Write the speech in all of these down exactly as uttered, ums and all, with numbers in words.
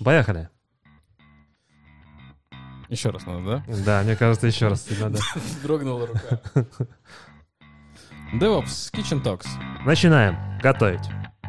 поехали. Еще раз надо, да? Да, мне кажется, еще раз надо. Дрогнула рука. DevOps Kitchen Talks. Начинаем готовить.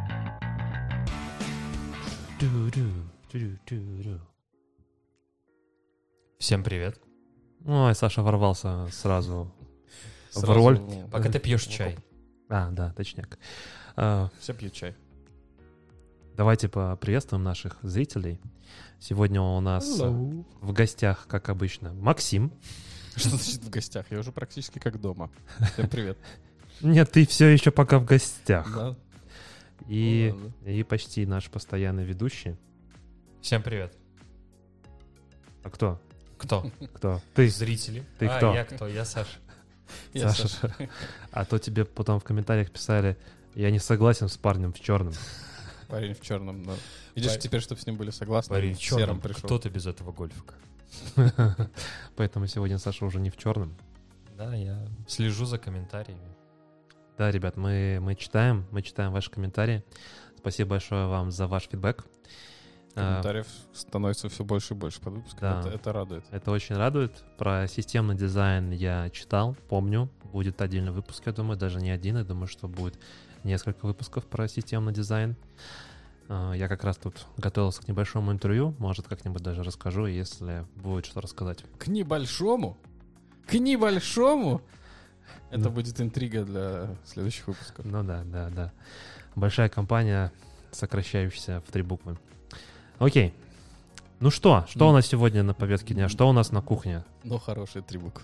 Всем привет. Ой, Саша ворвался сразу, Сразу в роль. Пока ты пьешь чай. А, да, точняк. А, Все пьют чай. давайте поприветствуем наших зрителей. Сегодня у нас Hello. в гостях, как обычно, Максим. Что значит в гостях? Я уже практически как дома. Всем привет. Нет, ты все еще пока в гостях. Да. И, Ну ладно. и почти наш постоянный ведущий. Всем привет. А кто? Кто? Кто? Ты. Зрители. Ты а, кто? я кто? Я Саша. Я Саша. Саша. А то тебе потом в комментариях писали, я не согласен с парнем в черном. Парень в черном. Но... Видишь, Парень- теперь, чтобы с ним были согласны, Парень в в черном. сером пришел. Кто ты без этого гольфика? Поэтому сегодня Саша уже не в черном. Да, я слежу за комментариями. Да, ребят, мы, мы читаем, мы читаем ваши комментарии. Спасибо большое вам за ваш фидбэк. А, Комментариев становится все больше и больше под выпуском. Да. Это, это радует. Это очень радует. Про системный дизайн я читал, помню. Будет отдельный выпуск, я думаю, даже не один. Я думаю, что будет несколько выпусков про системный дизайн. А, Я как раз тут готовился к небольшому интервью. Может, как-нибудь даже расскажу, если будет что рассказать. К небольшому? К небольшому? Это Ну. будет интрига для следующих выпусков. Ну да, да, да. Большая компания, сокращающаяся в три буквы. Окей. Ну что? Что у нас сегодня на повестке дня? Что у нас на кухне? Но хорошие три буквы.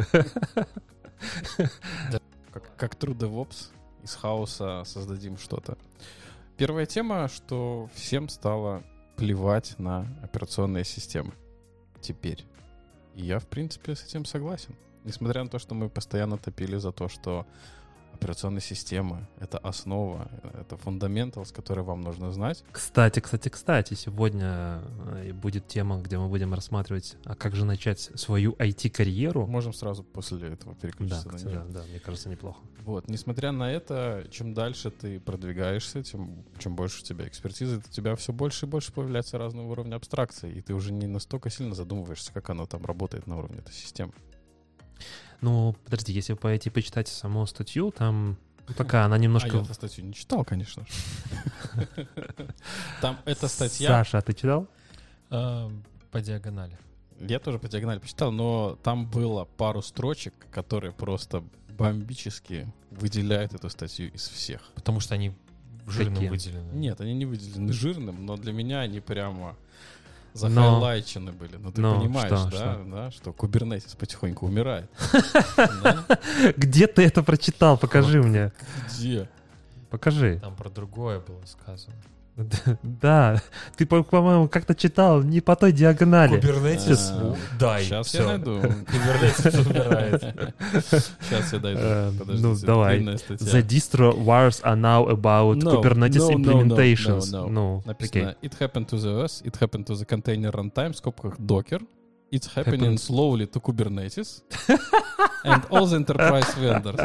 Как, как True DevOps из хаоса создадим что-то. Первая тема, что всем стало плевать на операционные системы. Теперь. И я, в принципе, с этим согласен. Несмотря на то, что мы постоянно топили за то, что операционные системы — это основа, это фундаментал, с которой вам нужно знать. Кстати, кстати, кстати, сегодня э, будет тема, где мы будем рассматривать, а как же начать свою ай ти-карьеру. Можем сразу после этого Да, переключиться на кстати, нее. да, да, мне кажется, неплохо. Вот, несмотря на это, чем дальше ты продвигаешься, тем чем больше у тебя экспертизы, у тебя все больше и больше появляется разного уровня абстракции, и ты уже не настолько сильно задумываешься, как оно там работает на уровне этой системы. Ну, подожди, если пойти почитать саму статью, там ну, такая, она А немножко... я эту статью не читал, конечно же. Там эта статья... Саша, а ты читал? А, по диагонали. Я тоже по диагонали почитал, но там было пару строчек, которые просто бомбически выделяют эту статью из всех. Потому что они жирным Какие? выделены. Нет, они не выделены жирным, но для меня они прямо Но- захайлайчены были. Ну ты но понимаешь, что, да, что? да, что кубернетис потихоньку умирает. Да? Где ты это прочитал? Покажи мне. Где? Покажи. Там про другое было сказано. Да, ты, по- по-моему, как-то читал не по той диагонали. Кубернетис, А, дай. Сейчас всё. я найду. Кубернетис умирает. Сейчас я Э, найду. Подождите, ну, давай. длинная статья. The distro wars are now about No, Kubernetes no, no, no, implementations. no, no. Ну, Написано, окей. it happened to the O S, it happened to the container runtime, в скобках Docker, it's happening Happened- slowly to Kubernetes, and all the enterprise vendors.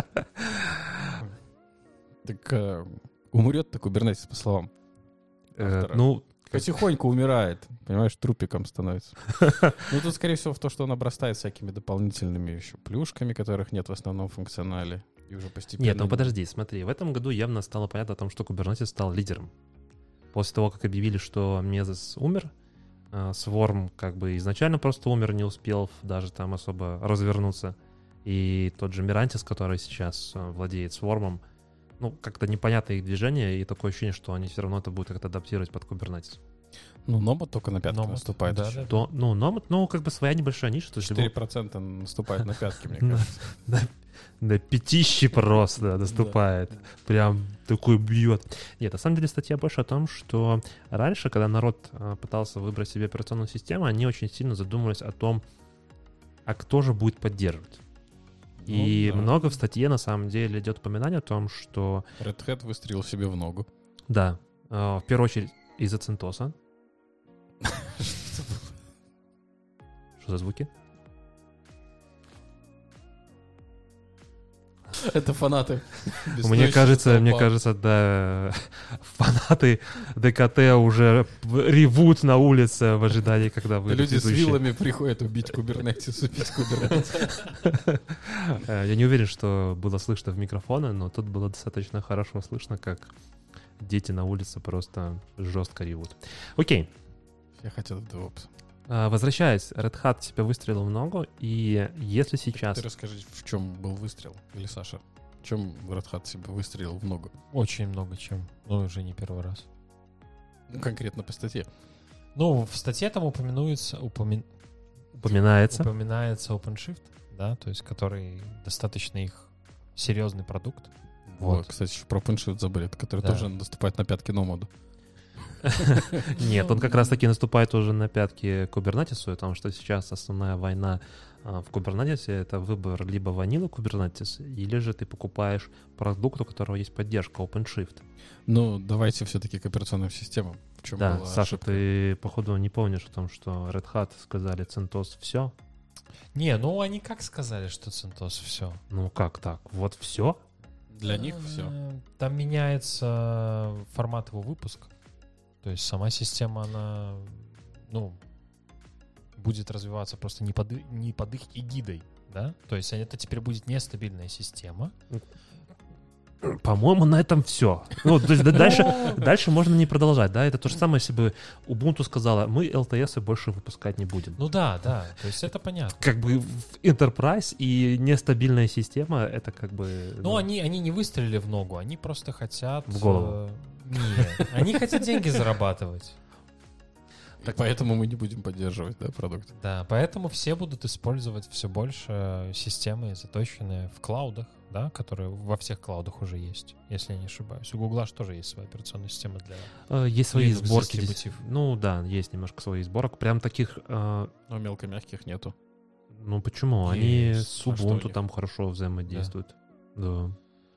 Так э, умрет-то Kubernetes, по словам. Э, автора. Ну, Потихоньку умирает, понимаешь, трупиком становится. Ну, тут, скорее всего, в то, что он обрастает всякими дополнительными еще плюшками, которых нет в основном функционале. И уже постепенно... нет, ну подожди, смотри, в этом году явно стало понятно о том, что Kubernetes стал лидером. После того, как объявили, что Mesos умер, э, Swarm как бы изначально просто умер, не успел даже там особо развернуться. И тот же Mirantis, который сейчас э, владеет Swarm, ну, как-то непонятно их движение, и такое ощущение, что они все равно это будут как-то адаптировать под Kubernetes. Ну, Номад только на пятки Nomad, наступает да, еще. да. То, ну, Nomad, ну, как бы своя небольшая ниша. То есть четыре процента наступает на пятки, мне На- кажется. на, на пятище просто наступает. Прям такой бьет. Нет, на самом деле статья больше о том, что раньше, когда народ а, пытался выбрать себе операционную систему, они очень сильно задумывались о том, а кто же будет поддерживать. И Ну, да. много в статье на самом деле идет упоминание о том, что, Red Hat выстрелил себе в ногу. да, а, в первую очередь из-за CentOS. Что за звуки? Это фанаты. Мне кажется, мне кажется, да, фанаты ДКТ уже ревут на улице в ожидании, когда вы... Люди с вилами приходят убить Kubernetes, убить Kubernetes. Я не уверен, что было слышно в микрофоны, но тут было достаточно хорошо слышно, как дети на улице просто жестко ревут. Окей. Я хотел в DevOps. Возвращаясь, Red Hat тебя выстрелил в ногу, и если сейчас... Ты расскажи, в чем был выстрел, или Саша? В чем Red Hat себе выстрелил в ногу? Очень много чем. Ну, уже не первый раз. Ну, конкретно по статье. Ну, в статье там упоминуется... Упомин... Упоминается. Упоминается OpenShift, да, то есть который достаточно их серьезный продукт. Вот, Вот. кстати, еще про OpenShift забыли, который Да. тоже наступает на пятки Номаду. Нет, он как раз-таки наступает уже на пятки Kubernetes, потому что сейчас основная война а, в Kubernetes — это выбор либо ванилы Kubernetes, или же ты покупаешь продукт, у которого есть поддержка OpenShift. Ну, давайте все-таки к операционным системам. В чем Да, была Саша, ошибка? ты, походу, не помнишь о том, что Red Hat сказали CentOS все? Не, ну они как сказали, что CentOS все? Ну как так? Вот все? Для них все. Там меняется формат его выпуска. То есть сама система, она, ну, будет развиваться просто не под, и- не под их эгидой, да? То есть это теперь будет нестабильная система. По-моему, на этом все. Ну, то есть да- дальше, дальше можно не продолжать, да? Это то же самое, если бы Ubuntu сказала, мы эл ти эс больше выпускать не будем. Ну да, да, то есть это понятно. Как бы в Enterprise и нестабильная система, это как бы... Ну, они, они не выстрелили в ногу, они просто хотят... В голову. э, Нет, они хотят деньги зарабатывать. Так поэтому мы не будем поддерживать, да, продукт. Да, поэтому все будут использовать все больше системы, заточенные в клаудах, да, которые во всех клаудах уже есть, если я не ошибаюсь. У Гугла же тоже есть своя операционная система для... Э, Есть свои Linux сборки. здесь. дистрибутив. Ну да, есть немножко своих сборок. Прям таких... э, Но мелкомягких нету. Ну почему? Они Есть. с А что у Ubuntu них? там хорошо взаимодействуют. Да.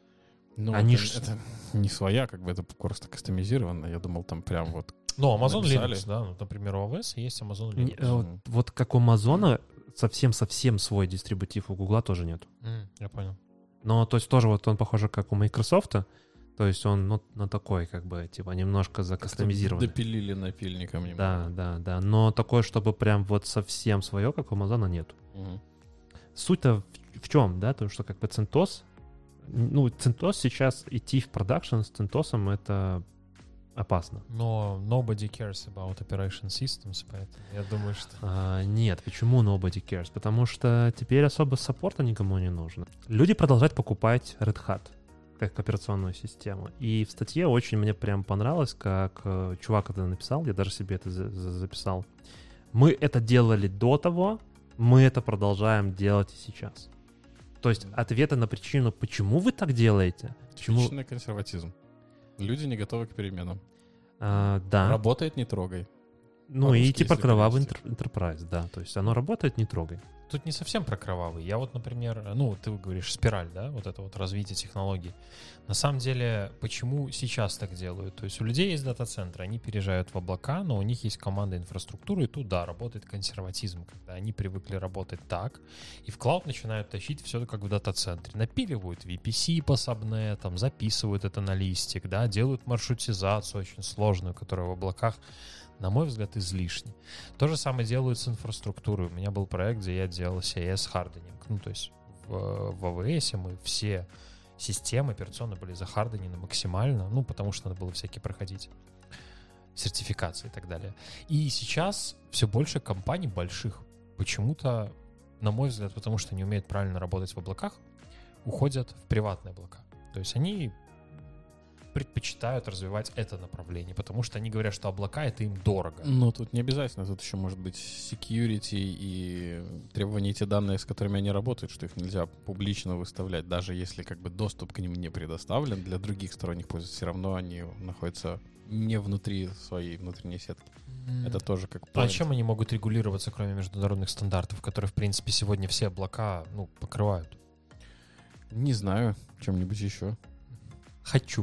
Ну, Они это, ж- это не своя, как бы это просто кастомизировано. Я думал, там прям вот... Ну, Amazon Написали. Linux, да, ну, например, у эй ви эс есть Amazon Не- Linux. э, вот, Мгм. вот как у Амазона совсем-совсем свой дистрибутив, у Гугла тоже нет. М, я понял. Но то есть тоже вот он похоже как у Microsoft, то есть он ну, на такой как бы типа немножко закастомизированный. Допилили напильником немного. Да, да, да. Но такое, чтобы прям вот совсем свое, как у Амазона, нет. Мгм. Суть-то в, в чем, да? То, что как бы CentOS, ну, CentOS сейчас идти в продакшн с CentOS это опасно. Но nobody cares about operation systems, поэтому я думаю, что... А, нет, почему nobody cares? Потому что теперь особо саппорта никому не нужно. Люди продолжают покупать Red Hat как операционную систему. И в статье очень мне прям понравилось, как э, чувак это написал, я даже себе это за- за- записал. Мы это делали до того, мы это продолжаем делать и сейчас. То есть ответы на причину, почему вы так делаете, почему... Типичный консерватизм. Люди не готовы к переменам. А, да. Работает, не трогай. Ну и по-русски, типа если кровавый перевести. интер- enterprise, да. То есть оно работает, не трогай. Тут не совсем про кровавый. Я вот, например, ну, ты говоришь спираль, да, вот это вот развитие технологий. На самом деле, почему сейчас так делают? То есть у людей есть дата-центры, они переезжают в облака, но у них есть команда инфраструктуры, и тут, да, работает консерватизм, когда они привыкли работать так, и в клауд начинают тащить все как в дата-центре. Напиливают ви пи си по сабнетам, записывают это на листик, да, делают маршрутизацию очень сложную, которая в облаках, на мой взгляд, излишне. То же самое делают с инфраструктурой. У меня был проект, где я делал си ай эс-харденинг. Ну, то есть в, в эй ви эс мы все системы операционные были захарденены максимально, ну, потому что надо было всякие проходить сертификации и так далее. И сейчас все больше компаний больших почему-то, на мой взгляд, потому что не умеют правильно работать в облаках, уходят в приватные облака. То есть они предпочитают развивать это направление, потому что они говорят, что облака — это им дорого. Ну, тут не обязательно. Тут еще может быть security и требования те данные, с которыми они работают, что их нельзя публично выставлять, даже если как бы доступ к ним не предоставлен для других сторонних пользователей, все равно они находятся не внутри своей внутренней сетки. Это тоже как А point. чем они могут регулироваться, кроме международных стандартов, которые, в принципе, сегодня все облака, ну, покрывают? Не знаю, чем-нибудь еще. Хочу.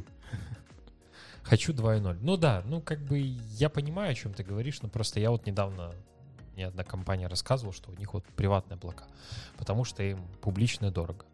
Хочу два ноль. Ну да, ну как бы я понимаю, о чем ты говоришь, но просто я вот недавно, мне одна компания рассказывала, что у них вот приватные облака, потому что им публичное дорого.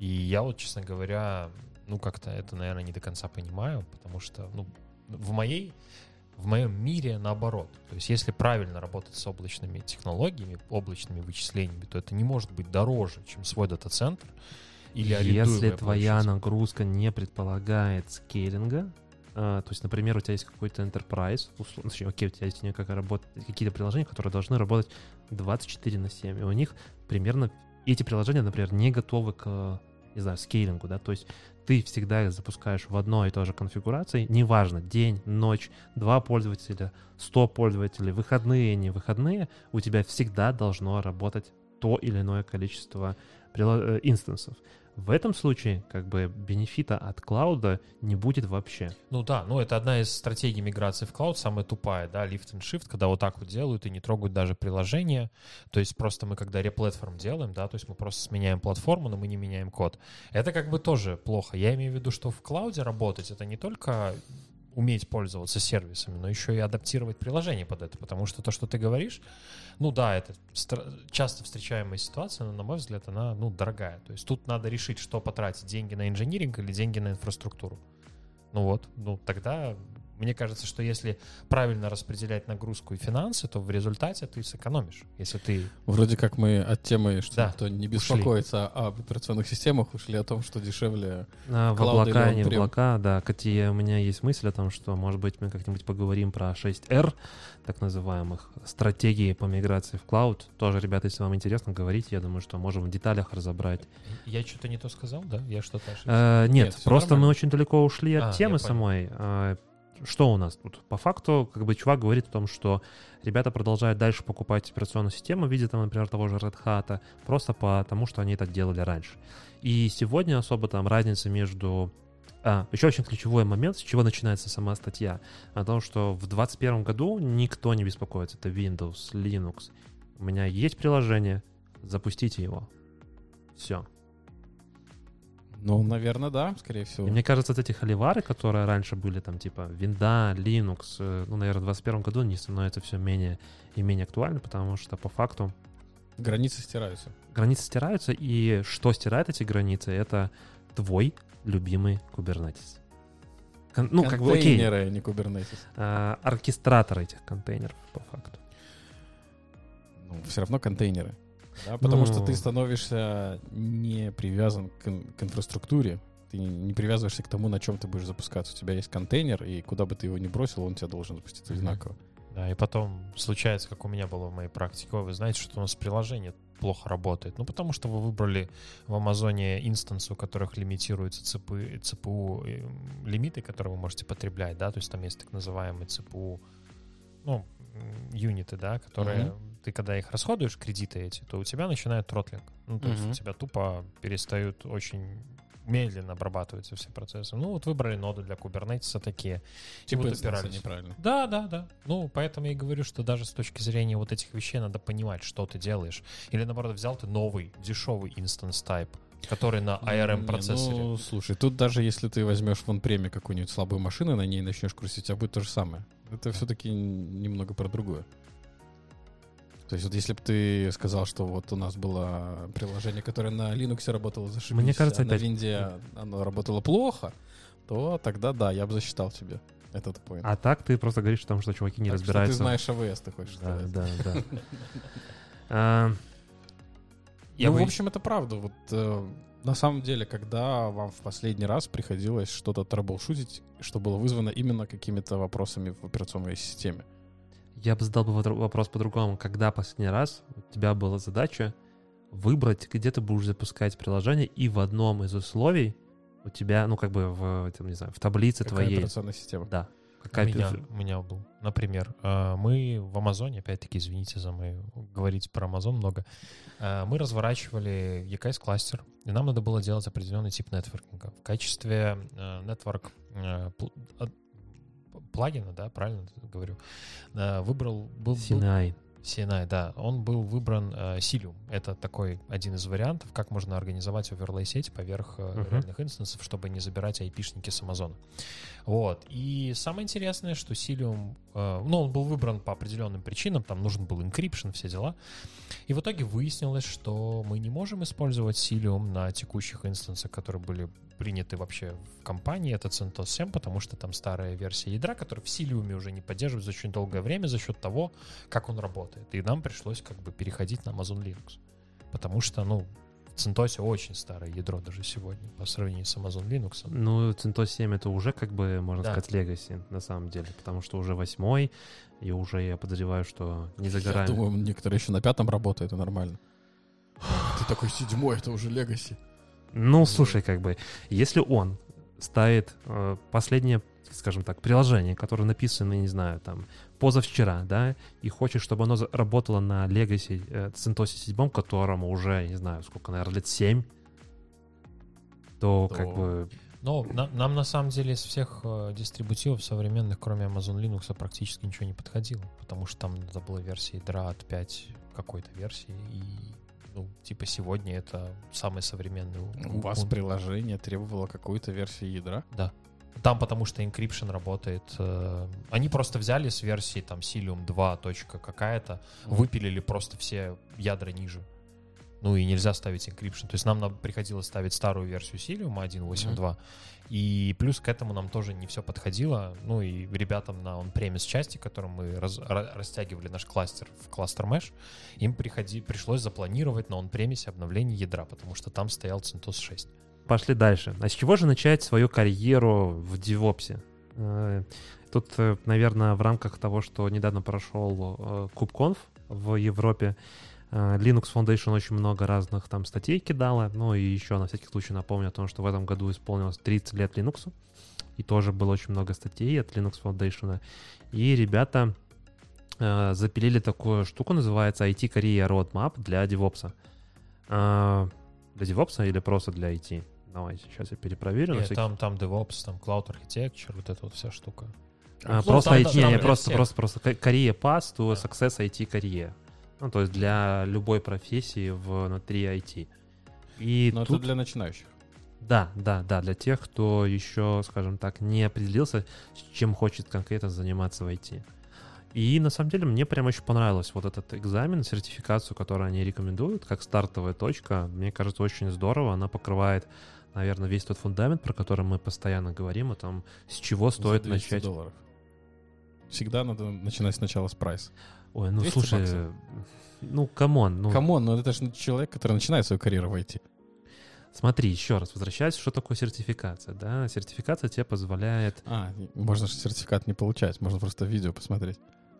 И я вот, честно говоря, ну, как-то это, наверное, не до конца понимаю, потому что, ну, в моей, в моем мире наоборот. То есть если правильно работать с облачными технологиями, облачными вычислениями, то это не может быть дороже, чем свой дата-центр или арендуемая Если твоя площадь. нагрузка не предполагает скейлинга, а, то есть, например, у тебя есть какой-то enterprise, условно, точнее, окей, у тебя есть некая работа, какие-то приложения, которые должны работать двадцать четыре на семь, и у них примерно эти приложения, например, не готовы к, не знаю, скейлингу, да, то есть ты всегда их запускаешь в одной и той же конфигурации, неважно, день, ночь, два пользователя, сто пользователей, выходные, не выходные, у тебя всегда должно работать то или иное количество прило- инстансов. В этом случае, как бы, бенефита от клауда не будет вообще. Ну да, ну это одна из стратегий миграции в клауд, самая тупая, да, lift and shift, когда вот так вот делают и не трогают даже приложение. То есть просто мы когда реплатформ делаем, да, то есть мы просто сменяем платформу, но мы не меняем код. Это как бы тоже плохо. Я имею в виду, что в клауде работать это не только уметь пользоваться сервисами, но еще и адаптировать приложение под это, потому что то, что ты говоришь, ну да, это стра- часто встречаемая ситуация, но, на мой взгляд, она, ну, дорогая. То есть тут надо решить, что потратить, деньги на инжиниринг или деньги на инфраструктуру. Ну вот, ну тогда мне кажется, что если правильно распределять нагрузку и финансы, то в результате ты сэкономишь, если ты... Вроде как мы от темы, что Да, никто не беспокоится об операционных системах, ушли о том, что дешевле А, в клауд облака, или не в он-прем. облака, да. Кстати, у меня есть мысль о том, что, может быть, мы как-нибудь поговорим про шесть эр, так называемых, стратегии по миграции в клауд. Тоже, ребята, если вам интересно, говорите, я думаю, что можем в деталях разобрать. Я что-то не то сказал, да? Я что-то ошибся. Э, нет, Нет, всё просто нормально. мы очень далеко ушли от А, темы я понял. самой. А, что у нас тут? По факту, как бы чувак говорит о том, что ребята продолжают дальше покупать операционную систему в виде, там, например, того же Red Hat, просто потому, что они это делали раньше. И сегодня особо там разница между... А, еще очень ключевой момент, с чего начинается сама статья, о том, что в двадцать первом году никто не беспокоится. Это Windows, Linux. У меня есть приложение, запустите его. Все. Ну, наверное, да, скорее всего. И мне кажется, вот эти холивары, которые раньше были там типа Винда, Linux, э, ну, наверное, в двадцать первом году не становится все менее и менее актуально, потому что по факту Границы стираются. границы стираются, и что стирает эти границы, это твой любимый Kubernetes. Кон- ну, как бы, окей, Контейнеры, не Kubernetes. а, оркестратор этих контейнеров, по факту. Ну, все равно контейнеры. Да, потому Ну. что ты становишься не привязан к, ин- к инфраструктуре, ты не привязываешься к тому, на чем ты будешь запускаться. У тебя есть контейнер, и куда бы ты его ни бросил, он у тебя должен запуститься Мгм. одинаково. Да, и потом случается, как у меня было в моей практике, ой, вы знаете, что у нас приложение плохо работает. Ну, потому что вы выбрали в Амазоне инстанс, у которых лимитируются цэ пэ, цэ пэ у э, лимиты, которые вы можете потреблять, да, то есть там есть так называемые цэ пэ у, ну, м, юниты, да, которые ты, когда их расходуешь, кредиты эти, то у тебя начинает тротлинг. Ну, то есть Мгм. у тебя тупо перестают очень медленно обрабатываются все процессы. Ну, вот выбрали ноды для Kubernetes такие. И Типа вот инстансы опирались. неправильно. Да, да, да. Ну, поэтому я и говорю, что даже с точки зрения вот этих вещей надо понимать, что ты делаешь. Или, наоборот, взял ты новый, дешевый instance type, который на эй ар Не, эм-процессоре. Ну, слушай, тут даже если ты возьмешь в он-преме какую-нибудь слабую машину, на ней начнешь крутить, у тебя будет то же самое. Это все-таки немного про другое. То есть вот если бы ты сказал, что вот у нас было приложение, которое на Linux работало зашибись, Мне кажется, а на опять- Винде оно работало плохо, то тогда да, я бы засчитал тебе этот point. А так ты просто говоришь о том, что чуваки не Так что разбираются. ты знаешь эй ви эс, ты хочешь Да, сказать. да, да. А, Я ну, бы- в общем, это правда. Вот э, на самом деле, когда вам в последний раз приходилось что-то трэблшутить, что было вызвано именно какими-то вопросами в операционной системе? Я бы задал бы вотр- вопрос по-другому. Когда последний раз у тебя была задача выбрать, где ты будешь запускать приложение, и в одном из условий у тебя, ну, как бы в, там, не знаю, в таблице Какая твоей... операционная система? Да. У Какая меня, пи- у меня был, например, э, мы в Амазоне, опять-таки, извините за мою говорить про Амазон много, э, мы разворачивали и ка эс-кластер, и нам надо было делать определенный тип нетворкинга. В качестве э, нетворк э, пл- от- плагина, да, правильно говорю, э, выбрал... Был, был- си эн ай. си эн ай, да, он был выбран э, Cilium. Это такой один из вариантов, как можно организовать оверлей сеть поверх э, Uh-huh. реальных инстансов, чтобы не забирать айпишники с Амазона. Вот. И самое интересное, что Cilium, э, ну, он был выбран по определенным причинам, там нужен был encryption, все дела. И в итоге выяснилось, что мы не можем использовать Cilium на текущих инстансах, которые были приняты вообще в компании. Это CentOS семь, потому что там старая версия ядра, которая в Cilium уже не поддерживается очень долгое время за счет того, как он работает. И нам пришлось как бы переходить на Amazon Linux. Потому что, ну, в CentOS очень старое ядро даже сегодня по сравнению с Amazon Linux. Ну, CentOS семь это уже, как бы, можно Да. сказать, legacy, на самом деле, потому что уже восьмой, и уже я подозреваю, что не за Я горами. думаю, некоторые еще на пятом работают, и нормально. Ты такой седьмой, это уже легаси. Ну, слушай, как бы, если он ставит э, последнее, скажем так, приложение, которое написано, не знаю, там, позавчера, да, и хочет, чтобы оно за- работало на Legacy э, CentOS семь, которому уже, не знаю, сколько, наверное, лет семь, то, То- как бы, Но на- нам на самом деле из всех э, дистрибутивов современных, кроме Amazon Linux, практически ничего не подходило, потому что там надо было версия ядра от пять какой-то версии, и, ну, типа сегодня это самый современный. У вас он- приложение требовало какую-то версию ядра? Да. Там потому что encryption работает. э, Они просто взяли с версии там Cilium два точка какая-то, выпилили просто все ядра ниже. Ну и нельзя ставить encryption. То есть нам надо- приходилось ставить старую версию Cilium один точка восемь точка два. И плюс к этому нам тоже не все подходило. Ну и ребятам на on-premise части, которым мы раз- ра- растягивали наш кластер в cluster mesh, им приходи, пришлось запланировать на on-premise обновление ядра, потому что там стоял CentOS шесть. пошли дальше. А с чего же начать свою карьеру в DevOps? Э, Тут, э, наверное, в рамках того, что недавно прошел э, KubeConf в Европе, э, Linux Foundation очень много разных там статей кидала. Ну и еще на всякий случай напомню о том, что в этом году исполнилось тридцать лет Linux. И тоже было очень много статей от Linux Foundation. И ребята э, запилили такую штуку, называется ай ти-Career Roadmap для DevOps. Э, для DevOps или просто для ай ти? Давайте, сейчас я перепроверю. на Нет, всякий- там, там DevOps, там Cloud Architecture, вот эта вот вся штука. А, Ну, просто там- ай ти, там- не, там не, для просто, всех. просто, просто ка- Career Path to Да. Success ай ти Career. Ну, то есть для любой профессии внутри ай ти. И Но тут, это для начинающих. да, да, да, для тех, кто еще, скажем так, не определился, с чем хочет конкретно заниматься в ай ти. И на самом деле мне прям очень понравилось вот этот экзамен, сертификацию, которую они рекомендуют, как стартовая точка. Мне кажется, очень здорово. Она покрывает, наверное, весь тот фундамент, про который мы постоянно говорим, о том, с чего стоит За двести начать. долларов. Всегда надо начинать сначала с прайса. Ой, ну двести слушай, баксов. ну камон, ну Камон, ну это же человек, который начинает свою карьеру в ай ти. смотри, еще раз, возвращаясь, что такое сертификация, да? Сертификация тебе позволяет, А, можно же сертификат не получать, можно просто видео посмотреть.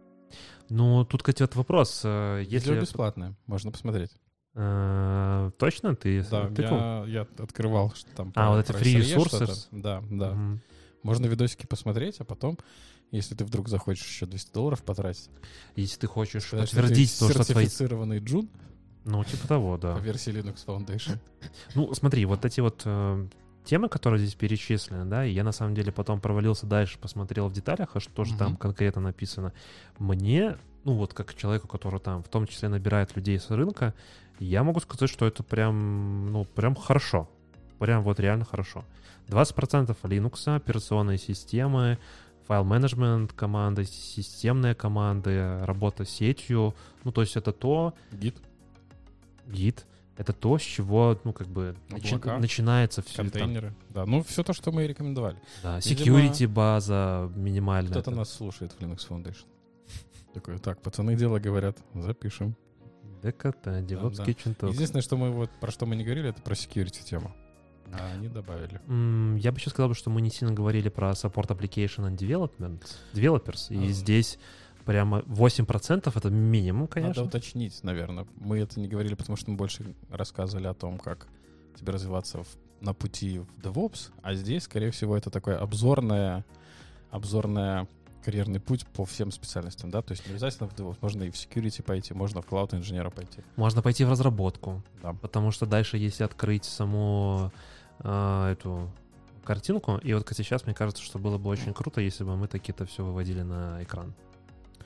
ну тут, кстати, вот вопрос, э, Видео если... бесплатное, можно посмотреть. э, точно ты Да, тыкал? я, я открывал, что там... А, про- вот эти про free эс эр и resources? что-то. Да, да. Мгм. Можно видосики посмотреть, а потом, если ты вдруг захочешь еще двести долларов потратить, Если ты хочешь сказать, что ты подтвердить то, что твои... сертифицированный джун Ну, типа того, да. по версии Linux Foundation. Ну, смотри, вот эти вот э, темы, которые здесь перечислены, да, и я на самом деле потом провалился дальше, посмотрел в деталях, а что же Мгм. там конкретно написано. Мне, ну вот как человеку, который там в том числе набирает людей с рынка, я могу сказать, что это прям, ну, прям хорошо. Прям вот реально хорошо. двадцать процентов Linux, операционные системы, файл-менеджмент команды, системные команды, работа с сетью. Ну, то есть это то, Гид, гид, это то, с чего, ну, как бы, начи- Облака, начинается все. контейнеры. Да, ну все то, что мы и рекомендовали. Да, Видимо, security база минимальная. Кто-то Это- нас слушает в Linux Foundation. Такой, так, пацаны дело говорят, запишем. ДКТ, DevOps да. Kitchen Talk. Единственное, что мы вот, про что мы не говорили, это про security тему. А они добавили. М, Я бы еще сказал, что мы не сильно говорили про support application and development, developers, и А. здесь прямо восемь процентов это минимум, Надо конечно. уточнить, наверное. Мы это не говорили, потому что мы больше рассказывали о том, как тебе развиваться в- на пути в DevOps, а здесь, скорее всего, это такое обзорное, обзорное карьерный путь по всем специальностям, да, то есть не обязательно в DevOps, можно и в security пойти, можно в cloud инженера пойти. Можно пойти в разработку, Да. потому что дальше, если открыть саму а, эту картинку, и вот, кстати, сейчас мне кажется, что было бы очень круто, если бы мы таки это все выводили на экран.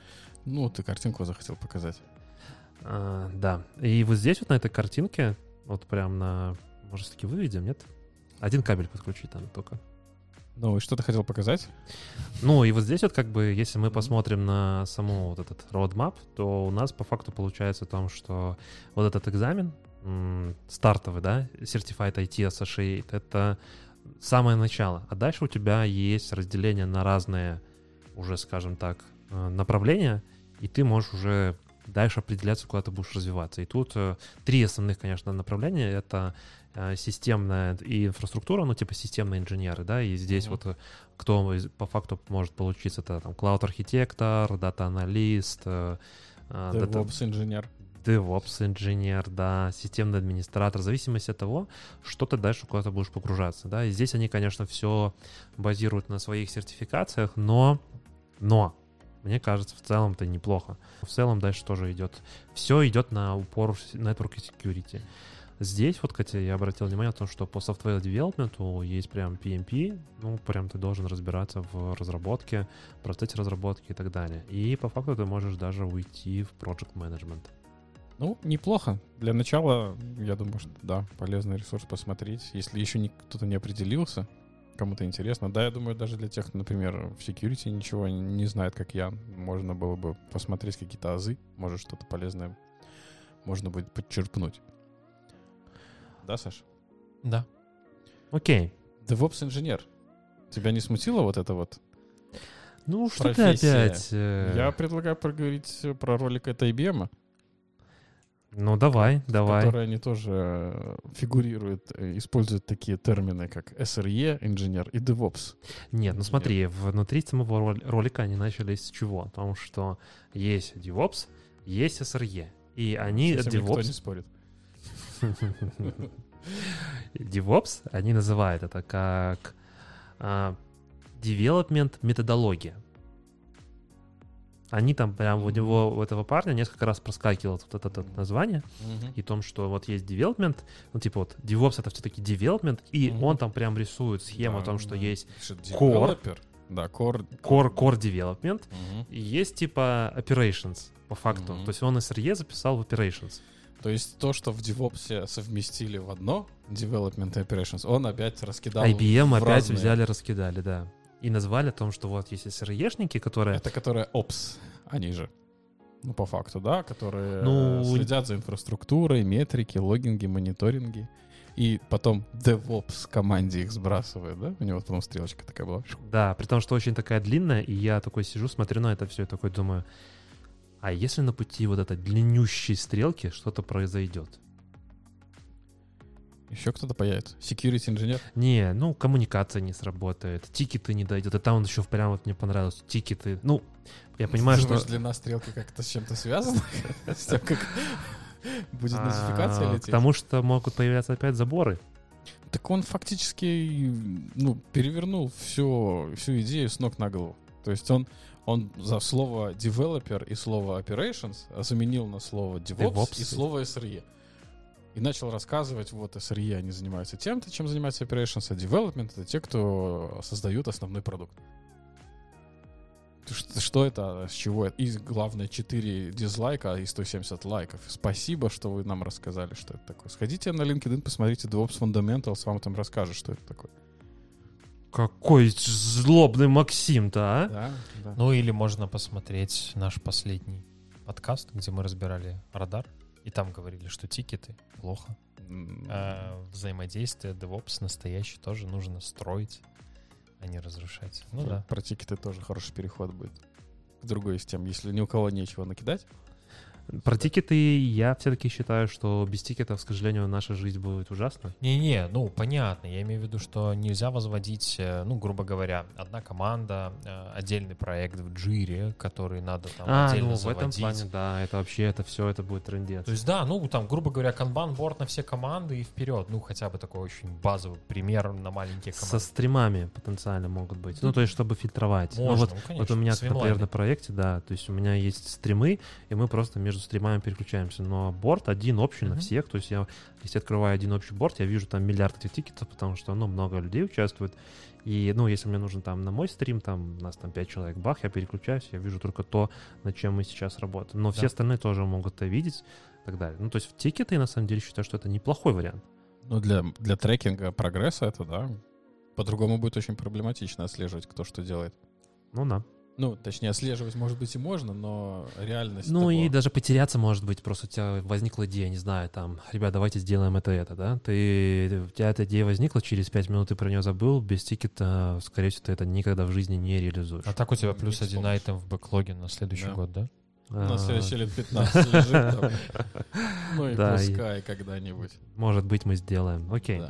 Ну, ты картинку захотел показать. А, да. И вот здесь вот на этой картинке, вот прям на... Может, все-таки выведем, нет? Один кабель подключить там только. Ну, и что ты хотел показать? Ну, и вот здесь вот как бы, если мы Мгм. посмотрим на саму вот этот roadmap, то у нас по факту получается о том, что вот этот экзамен м, стартовый, да, Certified ай ти Associate, это самое начало. А дальше у тебя есть разделение на разные уже, скажем так, э, направления, и ты можешь уже дальше определяться, куда ты будешь развиваться. И тут э, три основных, конечно, направления. Это э, системная и инфраструктура, ну, типа системные инженеры, да, и здесь Мгм. вот э, кто из- по факту может получиться, это там cloud-архитектор, дата-аналист, э, э, дата- DevOps-инженер. DevOps-инженер, да, системный администратор, в зависимости от того, что ты дальше куда-то будешь погружаться, да, и здесь они, конечно, все базируют на своих сертификациях, но, но, мне кажется, в целом это неплохо. В целом дальше тоже идет, все идет на упор в Network Security. Здесь вот, кстати, я обратил внимание на то, что по software development есть прям пи эм пи, ну, прям ты должен разбираться в разработке, процессе разработки и так далее. И по факту ты можешь даже уйти в project management. Ну, неплохо. Для начала, я думаю, что да, полезный ресурс посмотреть. Если еще не, кто-то не определился, кому-то интересно. Да, я думаю, даже для тех, кто, например, в security ничего не знает, как я, можно было бы посмотреть какие-то азы, может, что-то полезное можно будет подчерпнуть. Да, Саш? Да. Окей. DevOps-инженер. Тебя не смутило вот это вот? Ну, что ты Профессия. опять... э, Я предлагаю поговорить про ролик от ай би эм, Ну, давай, в давай. которой они тоже э, фигурируют, э, используют такие термины, как эс эр и, инженер, и DevOps. Нет, ну Инженер. смотри, внутри самого рол- ролика они начали с чего? О том, что есть DevOps, есть эс эр и. И они С этим никто не DevOps... спорит. DevOps, они называют это как а, development методология. Они там прям у него, у этого парня несколько раз проскакивало вот это, это название, и том, что вот есть development, ну типа вот DevOps это все-таки development, и Мгм. он там прям рисует схему Да, о том, что да. есть Пишет core. developer. Да, core. core, core development, Мгм. и есть типа operations по факту. Мгм. То есть он эс эр и записал в operations. То есть то, что в DevOps совместили в одно, development и operations, он опять раскидал ай би эм в опять разные. взяли, раскидали, да. И назвали о том, что вот есть эс эр и-шники, которые... Это которые Ops, они же. Ну, по факту, да, которые Ну, э, следят за инфраструктурой, метрики, логинги, мониторинги. И потом DevOps команде их сбрасывает, да? У него потом стрелочка такая была. Да, при том, что очень такая длинная, и я такой сижу, смотрю на это все и такой думаю, а если на пути вот этой длиннющей стрелки что-то произойдет? Еще кто-то появится. Security инженер. Не, ну, коммуникация не сработает, тикеты не дойдет. И там он еще прям вот мне понравилось, тикеты. Ну, я понимаю, Думаешь, что... длина стрелки как-то с чем-то связана? С тем, как будет нотификация а, лететь? Потому что могут появляться опять заборы. Так он фактически ну, перевернул всю, всю идею с ног на голову. То есть он, он за слово developer и слово operations заменил на слово DevOps, DevOps. и слово эс эр и. И начал рассказывать, вот эс эр и, они занимаются тем-то, чем занимается operations, а development — это те, кто создают основной продукт. Что, что это, с чего это? И главное, четыре дизлайка и сто семьдесят лайков. Спасибо, что вы нам рассказали, что это такое. Сходите на LinkedIn, посмотрите DevOps Fundamentals, вам там расскажут, что это такое. Какой злобный Максим-то, а? Да, да. Ну или можно посмотреть наш последний подкаст, где мы разбирали радар. И там говорили, что тикеты плохо. М, А взаимодействие DevOps настоящий тоже нужно строить, а не разрушать. Ну про, да. про тикеты тоже хороший переход будет к другой из тем. Если ни у кого нечего накидать, Про тикеты я все-таки считаю, что без тикетов, к сожалению, наша жизнь будет ужасна. Не-не, ну понятно. Я имею в виду, что нельзя возводить, э, ну, грубо говоря, одна команда, э, отдельный проект в Джире, который надо там А, отдельно ну в этом заводить. плане, да, это вообще, это все, это будет трендец. То есть, да, ну, там, грубо говоря, канбан-борд на все команды и вперед. Ну, хотя бы такой очень базовый пример на маленькие Со команды. стримами потенциально могут быть. Ну, то есть, чтобы фильтровать. Ну, Можно, вот, ну, вот конечно, у меня, стримлайны. например, на проекте, да, то есть у меня есть стримы, и мы просто между между стримами переключаемся, но борт один общий mm-hmm. на всех, то есть я, если открываю один общий борт, я вижу там миллиард этих тикетов, потому что, ну, много людей участвует, и, ну, если мне нужен там на мой стрим, там у нас там пять человек, бах, я переключаюсь, я вижу только то, над чем мы сейчас работаем, но да. все остальные тоже могут это видеть и так далее. Ну, то есть в тикеты, я на самом деле считаю, что это неплохой вариант. Ну, для, для трекинга прогресса это, да, по-другому будет очень проблематично отслеживать, кто что делает. Ну, да. Ну, точнее, отслеживать, может быть, и можно, но реальность... Ну, того... и даже потеряться, может быть, просто у тебя возникла идея, не знаю, там, ребят, давайте сделаем это, это, да? Ты, у тебя эта идея возникла, через пять минут ты про нее забыл, без тикета, скорее всего, ты это никогда в жизни не реализуешь. А так у тебя плюс один айтем в бэклоге на следующий да. год, да? На следующие лет пятнадцать лежит там. Ну и пускай когда-нибудь. Может быть, мы сделаем. Окей.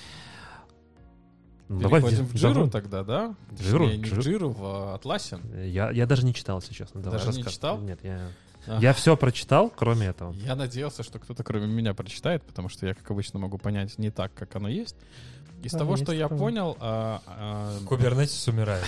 Переходим в Джиру тогда, да? Джиру? Не в Джиру, в Atlassian. Я, я даже не читал, если честно. Даже Давай не рассказ... читал? Нет, я... А. Я все прочитал, кроме этого. Я надеялся, что кто-то кроме меня прочитает, потому что я, как обычно, могу понять не так, как оно есть. Из а, того, что я такое. понял... А, а... Kubernetes умирает.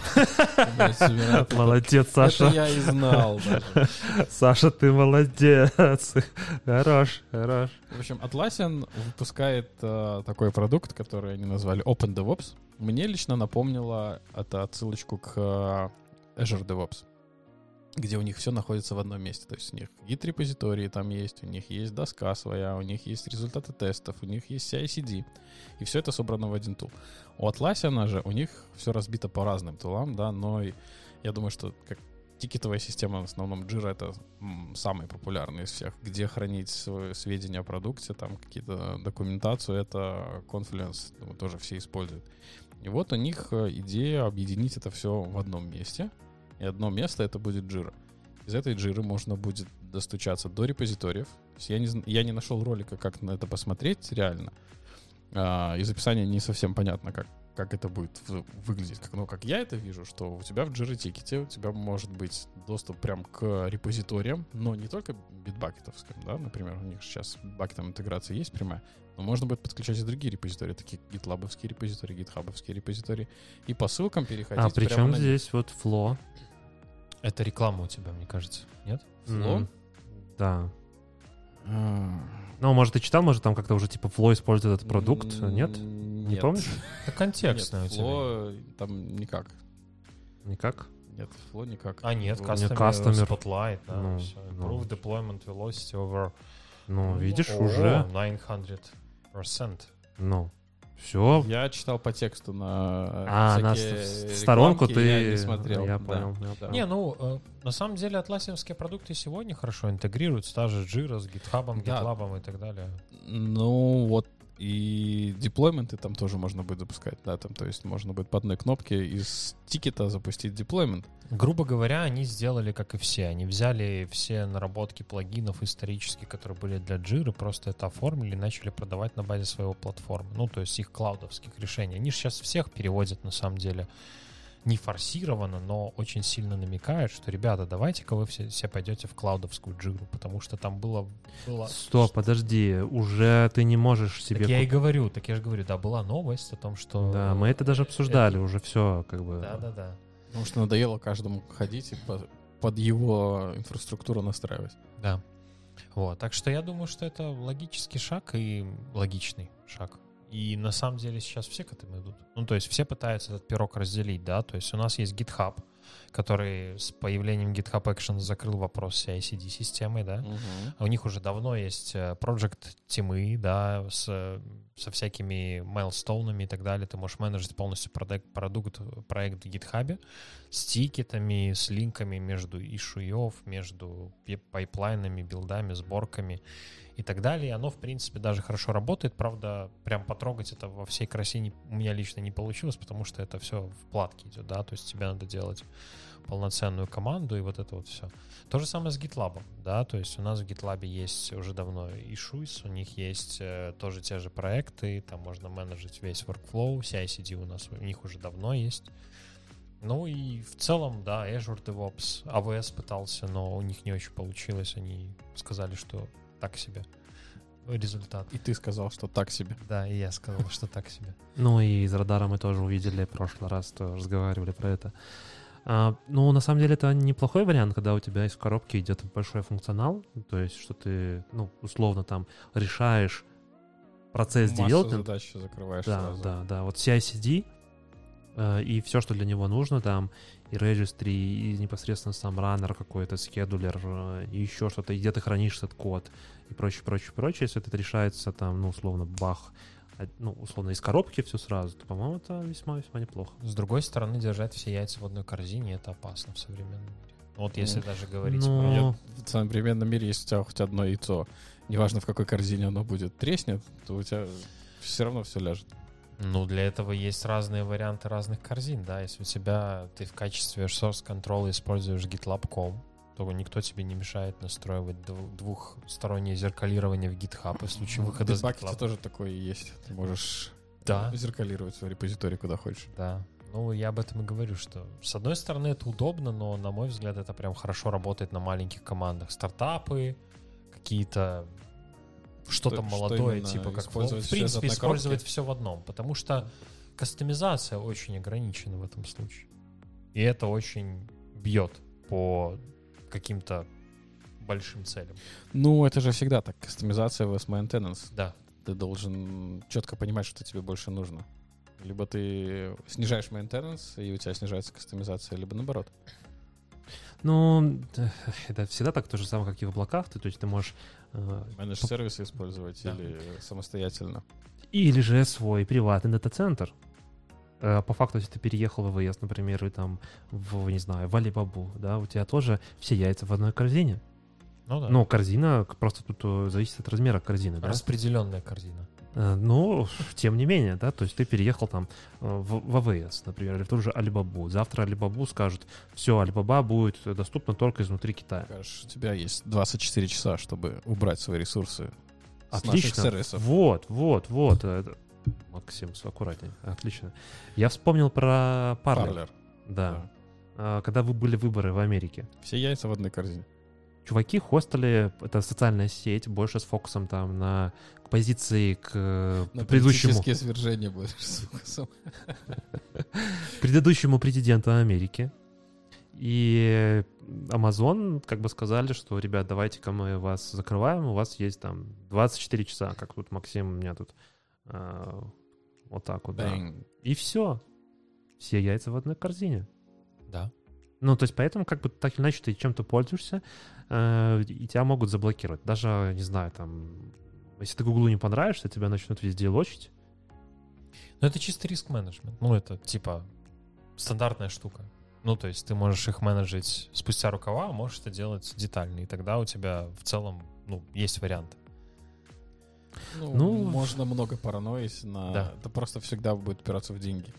Молодец, Саша. Это я и знал даже. Саша, ты молодец. Хорош, хорош. В общем, Atlassian выпускает uh, такой продукт, который они назвали OpenDevOps. Мне лично напомнило это отсылочку к uh, Azure DevOps, где у них все находится в одном месте. То есть у них гид-репозитории там есть, у них есть доска своя, у них есть результаты тестов, у них есть си ай си ди. И все это собрано в один тул. У Atlassian же у них все разбито по разным тулам, да, но я думаю, что как тикетовая система, в основном Jira, это самый популярный из всех. Где хранить сведения о продукте, там какие-то документацию, это Confluence, думаю, тоже все используют. И вот у них идея объединить это все в одном месте. И одно место — это будет Jira. Из этой Jira можно будет достучаться до репозиториев. То есть я, не, я не нашел ролика, как на это посмотреть реально. А, из описания не совсем понятно, как, как это будет в, выглядеть. Как, ну, как я это вижу, что у тебя в Jira тикете у тебя может быть доступ прям к репозиториям, но не только битбакетовским, да, например, у них сейчас с бакетом интеграция есть прямая, но можно будет подключать и другие репозитории, такие гитлабовские репозитории, гитхабовские репозитории, и по ссылкам переходить. А причем на... здесь вот Flow? Это реклама у тебя, мне кажется, нет? Flow? Mm, да. А... Ну, может, ты читал, может, там как-то уже типа Flow использует этот продукт, нет? Нет. Не помнишь? Это контекстно у тебя. Flow там никак. Никак? Нет, Flow никак. А, нет, Flow. Customer, Spotlight, да, ну, все. Ну. Improve deployment velocity over... Ну, видишь, О, уже... девятьсот процентов. Ну, все. Я читал по тексту на А, на всякие сторонку рекламки, ты... я не смотрел. Я да. понял. Я Да. понял. Не, ну, э, на самом деле, атласианские продукты сегодня хорошо интегрируют, та же Jira с GitHub, Да. GitLab и так далее. Ну, вот и деплойменты там тоже можно будет запускать, да, там, то есть можно будет по одной кнопке из тикета запустить деплоймент. Грубо говоря, они сделали, как и все. Они взяли все наработки плагинов исторические, которые были для Jira, просто это оформили и начали продавать на базе своего платформы. Ну, то есть их клаудовских решений. Они же сейчас всех переводят, на самом деле, не форсированно, но очень сильно намекают, что, ребята, давайте-ка вы все, все пойдете в клаудовскую Jira, потому что там было... было... Стоп, подожди, уже ты не можешь себе... Так я и куп- говорю, так я же говорю, да, была новость о том, что... Да, мы это даже обсуждали, это- уже все как бы... Да-да-да. Потому что надоело каждому ходить и по- под его инфраструктуру настраивать. Да. Вот, так что я думаю, что это логический шаг и логичный шаг. И на самом деле сейчас все к этому идут. Ну, то есть все пытаются этот пирог разделить, да. То есть у нас есть GitHub, который с появлением GitHub Actions закрыл вопрос си ай си ди-системой, да. Угу. А у них уже давно есть project тимы, да, с, со всякими майлстоунами и так далее. Ты можешь менеджить полностью продукт, продукт проект в GitHub с тикетами, с линками между ишуев, между пайплайнами, билдами, сборками и так далее. И оно, в принципе, даже хорошо работает. Правда, прям потрогать это во всей красе не, у меня лично не получилось, потому что это все в платке идет, да, то есть тебе надо делать полноценную команду и вот это вот все. То же самое с GitLab, да, то есть у нас в GitLab есть уже давно issues, у них есть э, тоже те же проекты, там можно менеджить весь workflow, си ай си ди у нас у них уже давно есть. Ну и в целом, да, Azure DevOps, эй ви эс пытался, но у них не очень получилось, они сказали, что так себе результат. И ты сказал, что так себе. Да, и я сказал, что так себе. Ну и из радара мы тоже увидели в прошлый раз, то разговаривали про это. А, ну, на самом деле, это неплохой вариант, когда у тебя из коробки идет большой функционал, то есть, что ты, ну, условно там решаешь процесс Массу девелопмента. задач закрываешь Да, сразу. да, да. Вот си ай си ди э, и все, что для него нужно, там, и registry, и непосредственно сам раннер какой-то, скедулер, э, и еще что-то, и где ты хранишь этот код, и прочее, прочее, прочее. Если это решается, там, ну, условно, бах, а, ну, условно, из коробки все сразу, то, по-моему, это весьма-весьма неплохо. С другой стороны, держать все яйца в одной корзине — это опасно в современном мире. Вот если Ну, даже говорить ну, про... Нет, в современном мире, если у тебя хоть одно яйцо, неважно в какой корзине оно будет, треснет, то у тебя все равно все ляжет. Ну, для этого есть разные варианты разных корзин, да. Если у тебя ты в качестве source control используешь GitLab точка ком, то никто тебе не мешает настраивать дву- двухстороннее зеркалирование в GitHub в случае выхода с В Bitbucket GitLab. тоже такое есть. Ты можешь Да. зеркалировать свой репозиторий куда хочешь. Да. Ну, я об этом и говорю, что с одной стороны это удобно, но, на мой взгляд, это прям хорошо работает на маленьких командах. Стартапы, какие-то что-то Что- молодое, что именно? типа как Использовать в всё из принципе, одной использовать коробки? все в одном, потому что кастомизация очень ограничена в этом случае. И это очень бьет по каким-то большим целям. Ну, это же всегда так. Кастомизация vs maintenance. Да. Ты должен четко понимать, что тебе больше нужно. Либо ты снижаешь maintenance, и у тебя снижается кастомизация, либо наоборот. Ну, это всегда так, то же самое, как и в облаках. Ты, то есть ты можешь э, Менедж сервисы использовать Да. или самостоятельно. или же свой приватный дата-центр. Э, По факту, если ты переехал в АВС, например, и там в, не знаю, в Alibaba, да, у тебя тоже все яйца в одной корзине. Ну да. Ну, корзина, к- просто тут э, зависит от размера корзины, да. Распределенная корзина. Э, Но, тем не менее, да, то есть ты переехал там э, в, в АВС, например, или в ту же Alibaba. Завтра Alibaba скажут, все, Alibaba будет доступна только изнутри Китая. Скажешь, у тебя есть двадцать четыре часа, чтобы убрать свои ресурсы с наших Отлично. сервисов. Вот, вот, вот. Это- Максим, аккуратнее. Отлично. Я вспомнил про Parler. Parler. Да. А, Когда вы были выборы в Америке. Все яйца в одной корзине. Чуваки хостели, это социальная сеть, больше с фокусом там на к позиции к э, На предыдущему, политические свержения будешь с фокусом. предыдущему президенту Америки. И Amazon как бы сказали, что, ребят, давайте-ка мы вас закрываем, у вас есть там двадцать четыре часа, как тут Максим у меня тут а, вот так вот, да. Bang. И все. Все яйца в одной корзине. Да. Ну, то есть поэтому как бы так или иначе ты чем-то пользуешься, э, и тебя могут заблокировать. Даже, не знаю, там, если ты Гуглу не понравишься, тебя начнут везде лочить. Но это чисто риск-менеджмент. Ну, это типа стандартная штука. Ну, то есть ты можешь их менеджить спустя рукава, а можешь это делать детально. И тогда у тебя в целом, ну, есть варианты. Ну, Ну, можно много параноить на... Да. Это просто всегда будет упираться в деньги.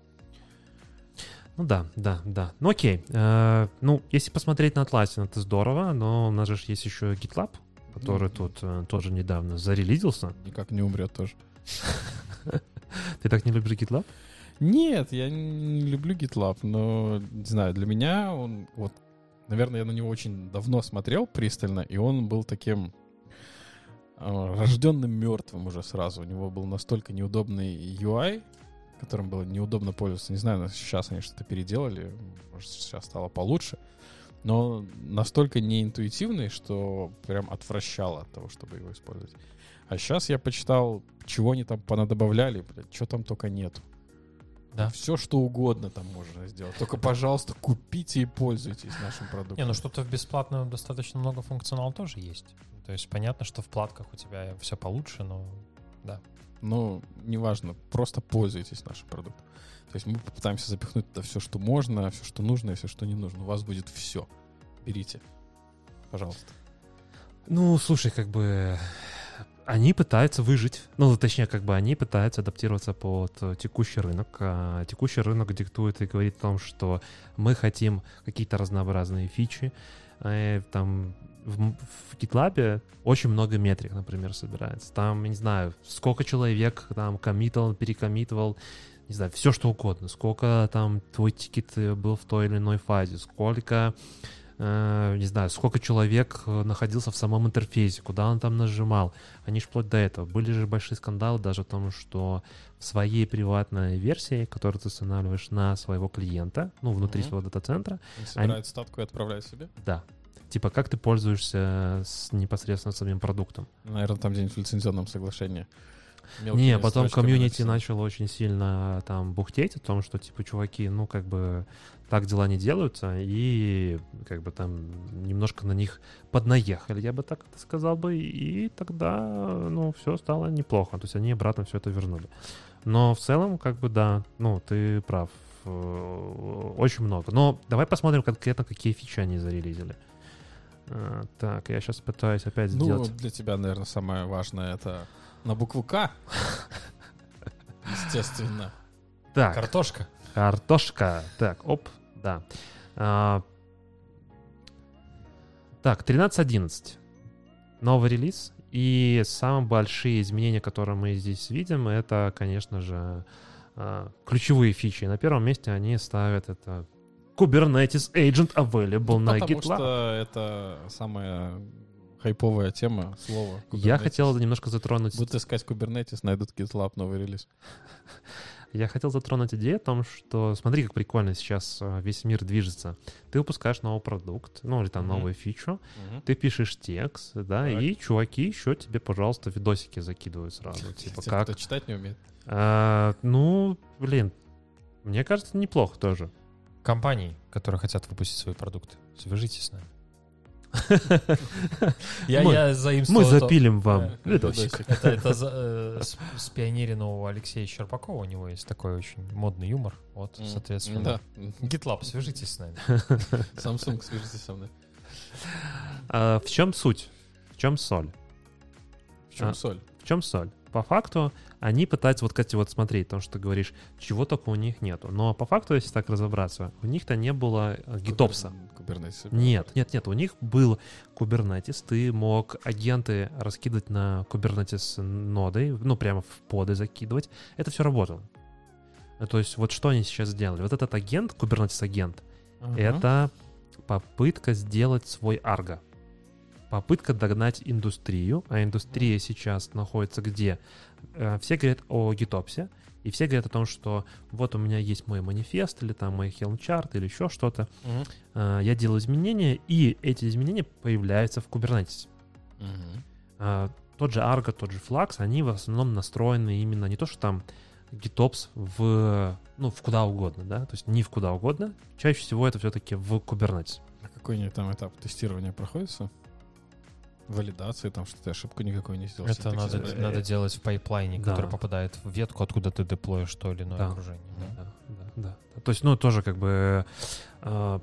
Ну да, да, да. Ну окей. Э, ну, если посмотреть на Atlassian, это здорово, но у нас же есть еще GitLab, который Ну, тут э, тоже недавно зарелизился. Никак не умрет тоже. Ты так не любишь GitLab? Нет, я не люблю GitLab, но, не знаю, для меня он... Вот, наверное, я на него очень давно смотрел пристально, и он был таким э, рожденным мертвым уже сразу. У него был настолько неудобный ю ай, которым было неудобно пользоваться. Не знаю, но сейчас они что-то переделали, может, сейчас стало получше. Но настолько неинтуитивный, что прям отвращало от того, чтобы его использовать. А сейчас я почитал, чего они там понадобавляли, блядь, что там только нету. Да. Все, что угодно там можно сделать. Только, пожалуйста, купите и пользуйтесь нашим продуктом. Не, ну что-то в бесплатном достаточно много функционала тоже есть. То есть понятно, что в платках у тебя все получше, но да. Ну, неважно, просто пользуйтесь нашим продуктом. То есть мы попытаемся запихнуть туда все, что можно, все, что нужно и все, что не нужно. У вас будет все. Берите. Пожалуйста. Ну, слушай, как бы они пытаются выжить. Ну, точнее, как бы они пытаются адаптироваться под э, текущий рынок. А текущий рынок диктует и говорит о том, что мы хотим какие-то разнообразные фичи. Э, там в, в GitLab очень много метрик, например, собирается. Там, не знаю, сколько человек там коммитал, перекоммитывал, не знаю, все что угодно. Сколько там твой тикет был в той или иной фазе, сколько э, не знаю, сколько человек находился в самом интерфейсе, куда он там нажимал. Они ж вплоть до этого. Были же большие скандалы даже в том, что в своей приватной версии, которую ты устанавливаешь на своего клиента, ну, внутри Мгм. своего дата-центра, Он собирает статку и отправляет себе? да. Типа, как ты пользуешься с непосредственно самим продуктом. Наверное, там где-нибудь в лицензионном соглашении. Мелкими Не, потом строчками комьюнити написано. начало очень сильно там бухтеть о том, что, типа, чуваки, ну, как бы, так дела не делаются, и, как бы, там, немножко на них поднаехали, я бы так это сказал бы, и тогда, ну, все стало неплохо, то есть они обратно все это вернули. Но в целом, как бы, да, ну, ты прав, э, очень много. Но давай посмотрим конкретно, какие фичи они зарелизили. А, так, я сейчас пытаюсь опять Ну, сделать... для тебя, наверное, самое важное — это на букву К. Естественно. Так, Картошка. картошка. Так, оп, да. А, так, тринадцать одиннадцать. Новый релиз. И самые большие изменения, которые мы здесь видим, это, конечно же, а, ключевые фичи. На первом месте они ставят это Kubernetes Agent Available на Потому GitLab. что это самая хайповая тема, слово. Я Kubernetes. хотел немножко затронуть... Будут искать Kubernetes, найдут GitLab, новый релиз. Я хотел затронуть идею о том, что смотри, как прикольно сейчас а, весь мир движется. Ты выпускаешь новый продукт, ну или там Мгм. новую фичу, ты пишешь текст, да, Так. и чуваки еще тебе, пожалуйста, видосики закидывают сразу. Типа Те, как? кто читать не умеет. А, ну, блин, мне кажется, неплохо тоже. Компании, которые хотят выпустить свои продукты, свяжитесь с нами. Я, Мы- я заимствовал Мы это- запилим вам э, видосик. Это, это за- э, с, с пионеренного Алексея Щербакова, у него есть такой очень модный юмор. Вот, М, соответственно. Да. GitLab, свяжитесь с нами. Samsung, свяжитесь со мной. А, в чем суть? В чем соль? В чем А. соль? В чем соль? По факту они пытаются вот, кстати, вот смотреть, потому что ты говоришь, чего только у них нету. Но по факту, если так разобраться, у них-то не было э, гитопса. Kubernetes. Нет, нет, нет, у них был Kubernetes, ты мог агенты раскидывать на Kubernetes ноды, ну, прямо в поды закидывать. Это все работало. Э, То есть вот что они сейчас сделали? Вот этот агент, Kubernetes агент, Ага. это попытка сделать свой Argo. Попытка догнать индустрию, а индустрия сейчас находится где? Э, Все говорят о гитопсе, и все говорят о том, что вот у меня есть мой манифест, или там мой Helm chart, или еще что-то. Мгм. Э, Я делаю изменения, и эти изменения появляются в Kubernetes. Мгм. Э, Тот же Argo, тот же Flux, они в основном настроены именно не то, что там GitOps в, ну, в куда угодно, да, то есть не в куда угодно. Чаще всего это все-таки в Kubernetes. А какой-нибудь там этап тестирования проходится? Валидации, там, что ты ошибку никакой не сделал. Это надо, синтаксис. э, надо делать в пайплайне, да. который попадает в ветку, откуда ты деплоишь то или иное Да. окружение. да? Да, да, да, да. То есть, ну, тоже как бы э,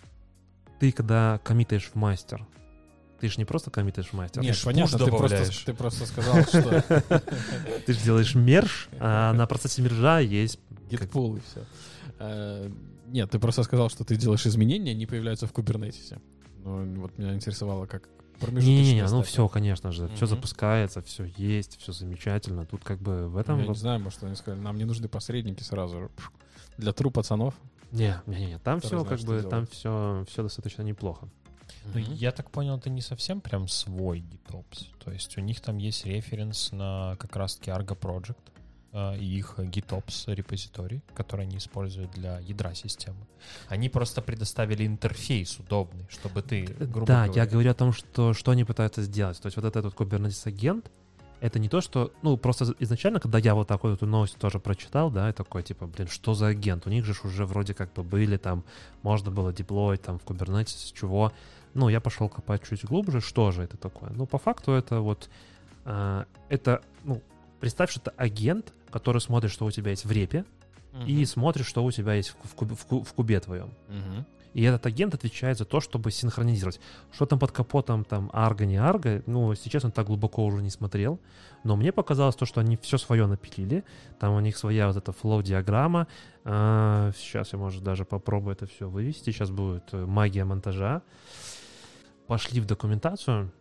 ты когда коммитаешь в мастер, ты же не просто коммитаешь в мастер, Нет, ж понятно, push ты просто, добавляешь. ты просто сказал, что ты же делаешь мерж, а на процессе мержа есть... git-pull и все. Нет, ты просто сказал, что ты делаешь изменения, они появляются в Kubernetes. Ну, вот меня интересовало, как промежуточные Не-не-не, ну стадии. все, конечно же, все Мгм. запускается, все есть, все замечательно. Тут как бы в этом... Я не вот- знаю, может, они сказали, нам не нужны посредники сразу. Для тру пацанов. Не, не, не, там Который все знает, как что бы, делает. там все, все достаточно неплохо. Ну, я так понял, это не совсем прям свой GitOps. То есть у них там есть референс на как раз-таки Argo Project э, и их GitOps репозиторий, который они используют для ядра системы. Они просто предоставили интерфейс удобный, чтобы ты, грубо Да, говоря... я говорю о том, что, что они пытаются сделать. То есть вот этот вот Kubernetes агент, это не то, что... Ну, просто изначально, когда я вот такую эту новость тоже прочитал, да, и такой, типа, блин, что за агент? У них же ж уже вроде как бы были там, можно было деплоить там в Kubernetes, с чего... Ну, я пошел копать чуть глубже, что же это такое? Ну, по факту это вот... а, это, ну, представь, что это агент, который смотрит, что у тебя есть в репе, и смотрит, что у тебя есть в, кубе, в, ку- в кубе твоем. Мгм. И этот агент отвечает за то, чтобы синхронизировать. Что там под капотом, там, арго, не арго, ну, если честно, так глубоко уже не смотрел. Но мне показалось то, что они все свое напилили. Там у них своя вот эта флоу-диаграмма. А, сейчас я, может, даже попробую это все вывести. Сейчас будет э, магия монтажа. Пошли в документацию.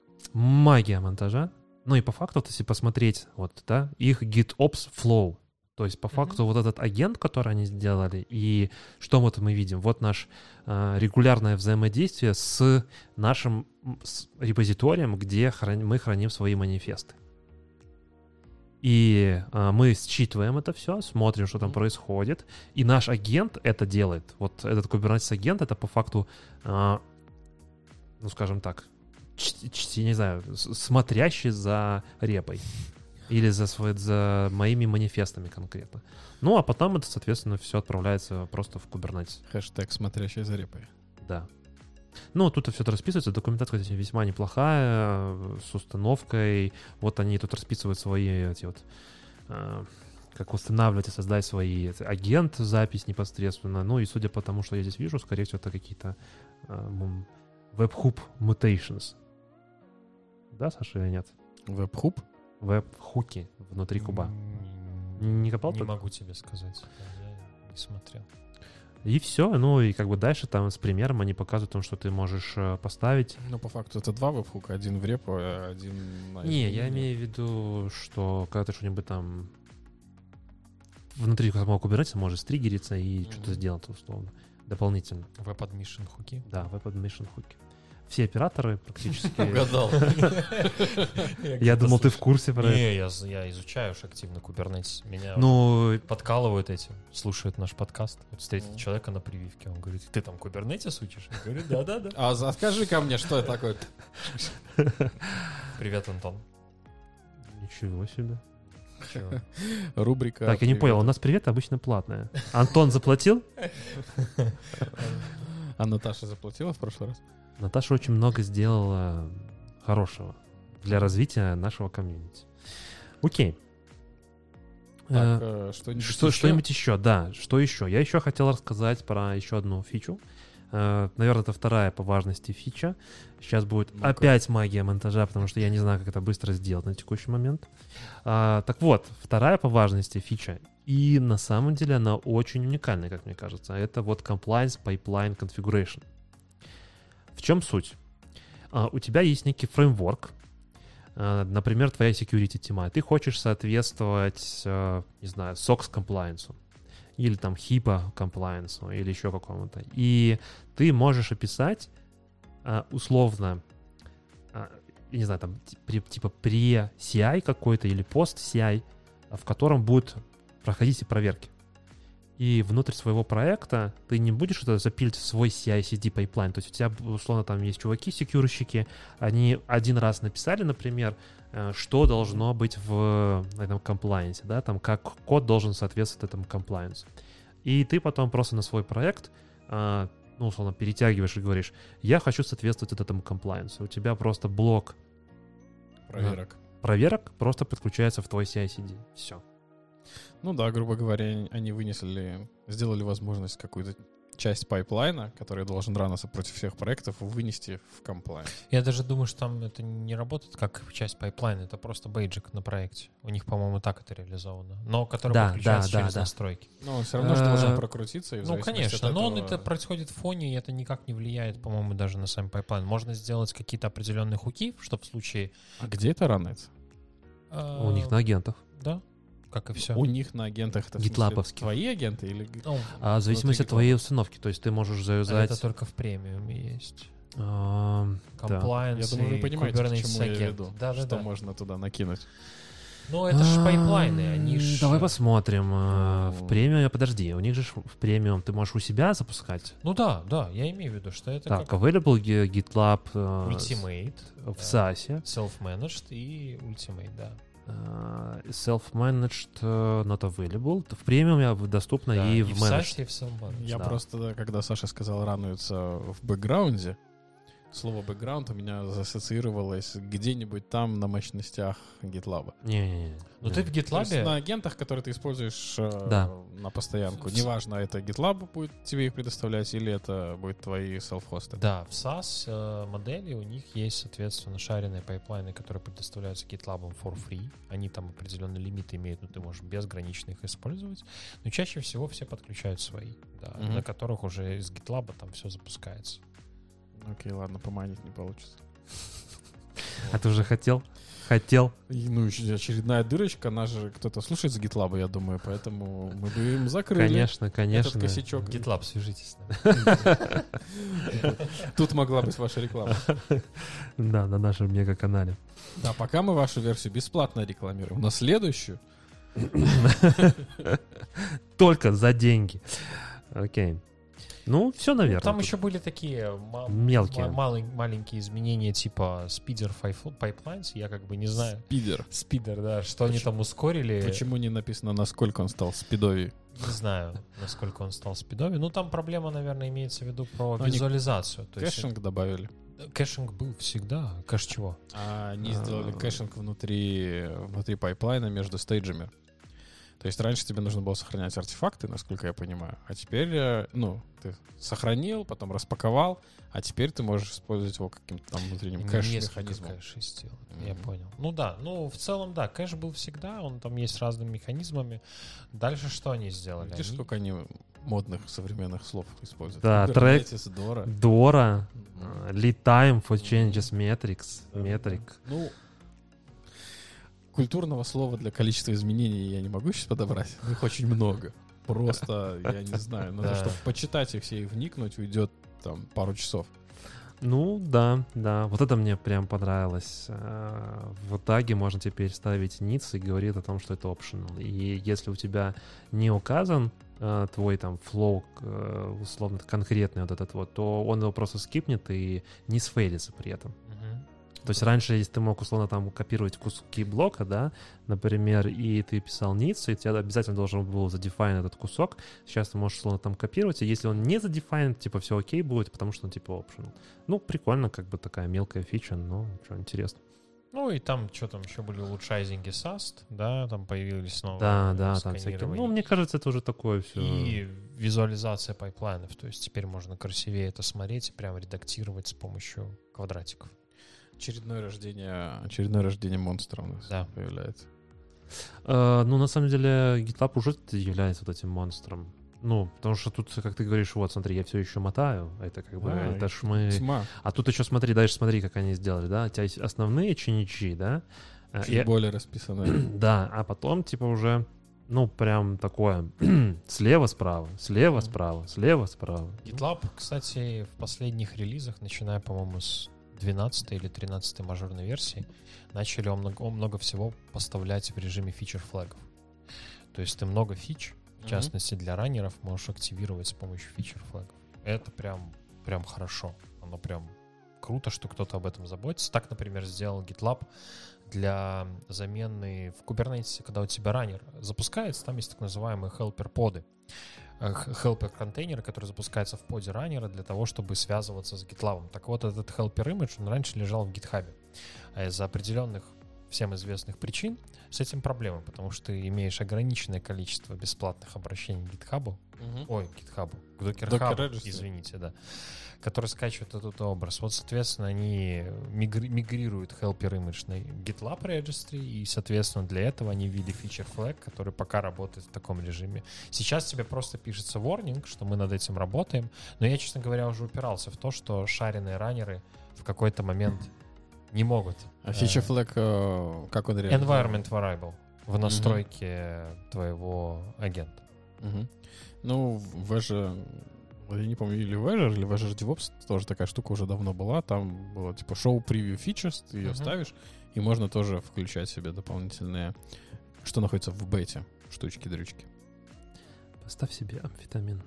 Магия монтажа. Ну и по факту, вот если посмотреть, вот, да, их GitOps Flow. То есть, по Мгм. факту, вот этот агент, который они сделали, и что вот мы видим? Вот наш э, регулярное взаимодействие с нашим м, с репозиторием, где храни- мы храним свои манифесты. И э, мы считываем это все, смотрим, что там Мгм. происходит, и наш агент это делает. Вот этот Kubernetes-агент — это по факту, э, ну, скажем так, чти- чти- не знаю, с- смотрящий за репой. Или за, свой, за моими манифестами конкретно. Ну, а потом это, соответственно, все отправляется просто в Kubernetes. Хэштег «смотрящий за репой». Да. Ну, тут все это расписывается. Документация, кстати, весьма неплохая, э, с установкой. Вот они тут расписывают свои эти вот... э, как устанавливать и создать свои эти, агент, запись непосредственно. Ну, и судя по тому, что я здесь вижу, скорее всего, это какие-то э, м, webhook mutations. Да, Саша, или нет? Веб-хуб? Веб-хуки внутри куба. М, Не копал Не тут? могу тебе сказать. Да, я не смотрел. И все, ну и как бы дальше там с примером они показывают, том, что ты можешь э, поставить. Ну, по факту, это два веб-хука. Один в репу, а один на Не, я изменение. имею в виду, что когда ты что-нибудь там внутри самого Kubernetes можешь стригериться и Мгм. что-то сделать условно дополнительно. Web-admission хуки. Да, Web Admission хуки. Все операторы практически. Угадал. Я думал, ты в курсе про это. Не, я, з- я изучаю уж активно Kubernetes. Меня Ну, подкалывают этим, слушают наш подкаст. Вот встретил Мгм. человека на прививке, он говорит, ты там Kubernetes учишь? Я говорю, да-да-да. А за- скажи ко мне, что это такое? Привет, Антон. ничего себе. Чего? Рубрика. Так, я не «Привет». понял, у нас привет обычно платная. Антон заплатил? А Наташа заплатила в прошлый раз? Наташа очень много сделала хорошего для развития нашего комьюнити. Окей. Так, Э, э, что-нибудь Что, еще? что-нибудь еще, да. Что еще? Я еще хотел рассказать про еще одну фичу. Э, Наверное, это вторая по важности фича. Сейчас будет Ну-ка. опять магия монтажа, потому что я не знаю, как это быстро сделать на текущий момент. А, так вот, вторая по важности фича. И на самом деле она очень уникальная, как мне кажется. Это вот Compliance Pipeline Configuration. В чем суть? А, у тебя есть некий фреймворк, а, например, твоя security тема. Ты хочешь соответствовать, а, не знаю, сокс compliance или там хипа compliance или еще какому-то. И ты можешь описать а, условно, а, я не знаю, там ти- при- типа pre-си ай какой-то или post-си ай, а, в котором будут проходить все проверки. И внутрь своего проекта ты не будешь это запилить в свой си ай-си ди пайплайн. То есть у тебя, условно, там есть чуваки, секьюрщики, они один раз написали, например, э, что должно быть в этом комплайенсе, да, там как код должен соответствовать этому комплайенсу. И ты потом просто на свой проект, э, ну, условно, перетягиваешь и говоришь, я хочу соответствовать этому комплайенсу. У тебя просто блок Проверок. проверок просто подключается в твой си ай-си ди. Все. Ну да, грубо говоря, они- они вынесли, сделали возможность какую-то часть пайплайна, который должен раниться против всех проектов, вынести в комплайн. Я даже думаю, что там это не работает как часть пайплайна, это просто бейджик на проекте. У них, по-моему, так это реализовано. Но который Да, подключается да, да, через да. настройки. Но он все равно же Э, должен прокрутиться. И в Ну, зависимости конечно, от но он этого- это происходит в фоне, и это никак не влияет, по-моему, даже на сам пайплайн. Можно сделать какие-то определенные хуки, чтобы в случае... А где это ранается? У них на агентах. Да, как и все. У них на агентах это в смысле Гитлабовских. твои агенты или... г- А в зависимости от GitLab. твоей установки. То есть ты можешь завязать... Это только в премиуме есть. а, да. Compliance Я думаю, вы и понимаете, к Kubernetes чему я агент. веду. Да, да, что да. можно туда накинуть. Ну, это же А, пайплайны, они ж... Давай посмотрим. а, В Ну. премиуме, подожди, у них же ж в премиум ты можешь у себя запускать. Ну да, да, я имею в виду, что это Так, как available Gi- GitLab э, Ultimate, в да, SaaS. Self-managed и Ultimate, да. э, Self-managed э, not available. В премиуме доступно Да, и, и в в managed. SaaS, и в Self-managed. Я Да. просто, да, когда Саша сказал рануются в бэкграунде, слово бэкграунд у меня ассоциировалось где-нибудь там на мощностях GitLab. Не-не-не. Ну ты в То есть GitLab... на агентах, которые ты используешь э, Да. на постоянку. В- Неважно, это GitLab будет тебе их предоставлять или это будет твои селф-хосты. Да, в SaaS э, модели у них есть, соответственно, шаренные пайплайны, которые предоставляются GitLab for free. Они там определенный лимит имеют, но ты можешь безгранично их использовать. Но чаще всего все подключают свои, да, Мгм. на которых уже из GitLab там все запускается. Окей, ладно, поманить не получится. А ты уже хотел? хотел. И, ну, еще очередная дырочка, она же кто-то слушает с GitLab, я думаю, поэтому мы бы им закрыли. Конечно, конечно. Этот косячок. GitLab, свяжитесь с нами. Тут могла быть ваша реклама. Да, на нашем мега-канале. Да, пока мы вашу версию бесплатно рекламируем, но следующую... Только за деньги. Окей. Ну, все, наверное. Там тут. еще были такие ма- Мелкие. ма- малый- маленькие изменения типа Speeder Fi- Pipelines. Я как бы не знаю. Спидер. Спидер, да, что они там ускорили. Почему не написано, насколько он стал спидовей? Не знаю, насколько он стал спидовый. Ну, там проблема, наверное, имеется в виду про Они визуализацию. То есть Кэшинг добавили. это- кэшинг был всегда. Кэш чего? А они А. сделали кэшинг внутри, внутри пайплайна между стейджами. То есть раньше тебе нужно было сохранять артефакты, насколько я понимаю. А теперь, э, ну, ты сохранил, потом распаковал, а теперь ты можешь использовать его каким-то там внутренним Не кэш-механизмом. несколько кэшей сделать. Я Мгм. понял. Ну да, ну в целом да, кэш был всегда, он там есть с разными механизмами. Дальше что они сделали? Видишь, Они- сколько они модных современных слов используют. Да, трек. Kubernetes, Dora. Dora, Мгм. uh, lead time for changes metrics, Да. metric. Ну, культурного слова для количества изменений я не могу сейчас подобрать. Их очень много. Просто, я не знаю, надо, Да. чтобы почитать их все и вникнуть, уйдет там пару часов. Ну, да, да. Вот это мне прям понравилось. А, В таге можно теперь ставить ниц и говорит о том, что это optional. И если у тебя не указан а, твой там флоу, э, условно конкретный вот этот вот, то он его просто скипнет и не сфейлится при этом. Мгм. То есть раньше, если ты мог условно там копировать куски блока, да, например, и ты писал ниц, и тебе обязательно должен был задефайн этот кусок. Сейчас ты можешь условно там копировать, и если он не задефайн, типа все окей будет, потому что он типа optional. Ну, прикольно, как бы такая мелкая фича, но что интересно. Ну и там что там еще были улучшайзинги саст, да, там появились новые Да, да, там всякие. сканирования. Ну, мне кажется, это уже такое все. И визуализация пайплайнов, то есть теперь можно красивее это смотреть и прям редактировать с помощью квадратиков. Очередное рождение, очередное рождение монстра у нас Да. появляется. Э, ну, на самом деле, GitLab уже является вот этим монстром. Ну, потому что тут, как ты говоришь, вот, смотри, я все еще мотаю. Это как бы, Да, это ж мы... Тьма. А тут еще смотри, дальше смотри, как они сделали, да? У тебя есть основные чиничи, да? А, Чуть и- более расписанное. Да, а потом, типа, уже, ну, прям такое, слева-справа, слева-справа, слева-справа. GitLab, кстати, в последних релизах, начиная, по-моему, с двенадцатой или тринадцатой мажорной версии, начали он много, он много всего поставлять в режиме фичер-флэгов. То есть ты много фич, в Мгм. частности для раннеров, можешь активировать с помощью фичер-флэгов. Это прям, прям хорошо. Оно прям круто, что кто-то об этом заботится. Так, например, сделал GitLab для замены в Kubernetes, когда у тебя раннер запускается, там есть так называемые helper-поды. Helper-контейнеры, которые запускаются в поде раннера для того, чтобы связываться с GitLab. Так вот, этот helper-image, он раньше лежал в GitHub. А из-за определенных всем известных причин с этим проблемы, потому что ты имеешь ограниченное количество бесплатных обращений к GitHub, Мгм. ой, к GitHub, к Docker Docker Hub, Registry. извините, да, которые скачивают этот образ. Вот, соответственно, они мигри- мигрируют helper image на GitLab Registry, и, соответственно, для этого они в виде feature flag, который пока работает в таком режиме. Сейчас тебе просто пишется warning, что мы над этим работаем, но я, честно говоря, уже упирался в то, что шаренные раннеры в какой-то момент не могут. А feature flag, э, как он реализован? Environment variable в настройке твоего агента. Мгм. Ну, в Azure, я не помню, или в Azure, или в Azure DevOps тоже такая штука уже давно была. Там было типа show preview features, ты ее Мгм. ставишь, и можно тоже включать себе дополнительные, что находится в бете, штучки-дрючки. Поставь себе амфетамин.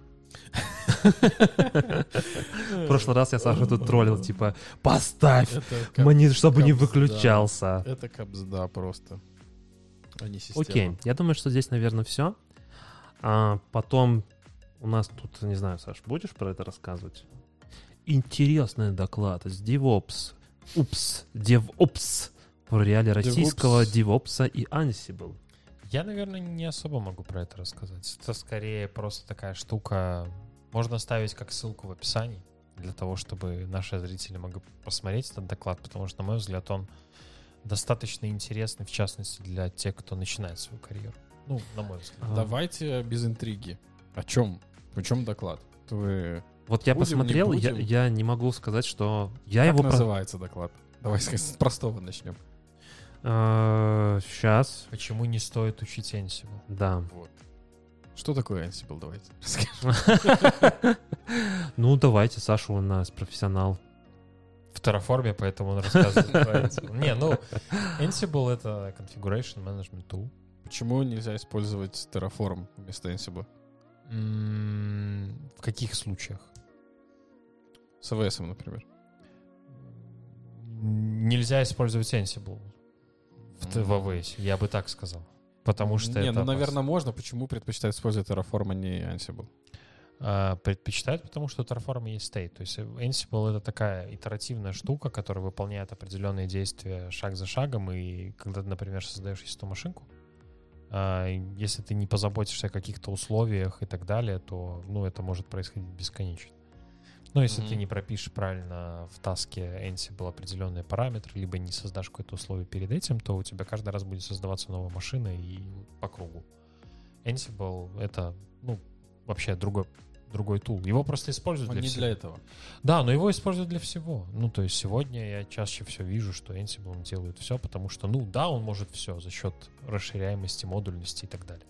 В прошлый раз я Сашу тут троллил, типа, поставь, Это кап- мне, чтобы не капсда. выключался. Это капсда просто, а не система. Окей, я думаю, что здесь, наверное, все. А потом у нас тут, не знаю, Саш, будешь про это рассказывать? Интересный доклад с DevOps. Упс, DevOps. Про реалии российского DevOps и Ansible. Я, наверное, не особо могу про это рассказать. Это скорее просто такая штука. Можно ставить как ссылку в описании для того, чтобы наши зрители могли посмотреть этот доклад, потому что, на мой взгляд, он достаточно интересный, в частности, для тех, кто начинает свою карьеру. Ну, на мой взгляд. А, Давайте без интриги. О чем? О чем доклад? Вы... Вот я Будем, не посмотрел, я, будем? я не могу сказать, что я Как его... про- называется доклад? Давай с с простого начнем. Сейчас, Почему не стоит учить Ansible? да. Вот. Что такое Ansible, давайте расскажем. Ну, давайте, Саша у нас профессионал. В Terraform, поэтому он рассказывает про Ansible. Не, ну, Ansible — это Configuration Management Tool. Почему нельзя использовать Terraform вместо Ansible? М, В каких случаях? С эй ви эс, например. Нельзя использовать Ansible в т- в эй ви эс, я бы так сказал. Потому что Не, это ну, опасно. наверное, можно. Почему предпочитают использовать Terraform, а не Ansible? А, предпочитают, потому что у Terraform есть state. То есть Ansible — это такая итеративная штука, которая выполняет определенные действия шаг за шагом. И когда ты, например, создаешь естественно машинку, а, если ты не позаботишься о каких-то условиях и так далее, то ну, это может происходить бесконечно. Но если Мгм. ты не пропишешь правильно в таске Ansible определенные параметры, либо не создашь какое-то условие перед этим, то у тебя каждый раз будет создаваться новая машина и по кругу. Ansible — это, ну, вообще другой, другой тул. Его просто используют Он для не всего. для этого. Да, но его используют для всего. Ну, то есть сегодня я чаще всего вижу, что Ansible делает все, потому что, ну, да, он может все за счет расширяемости, модульности и так далее.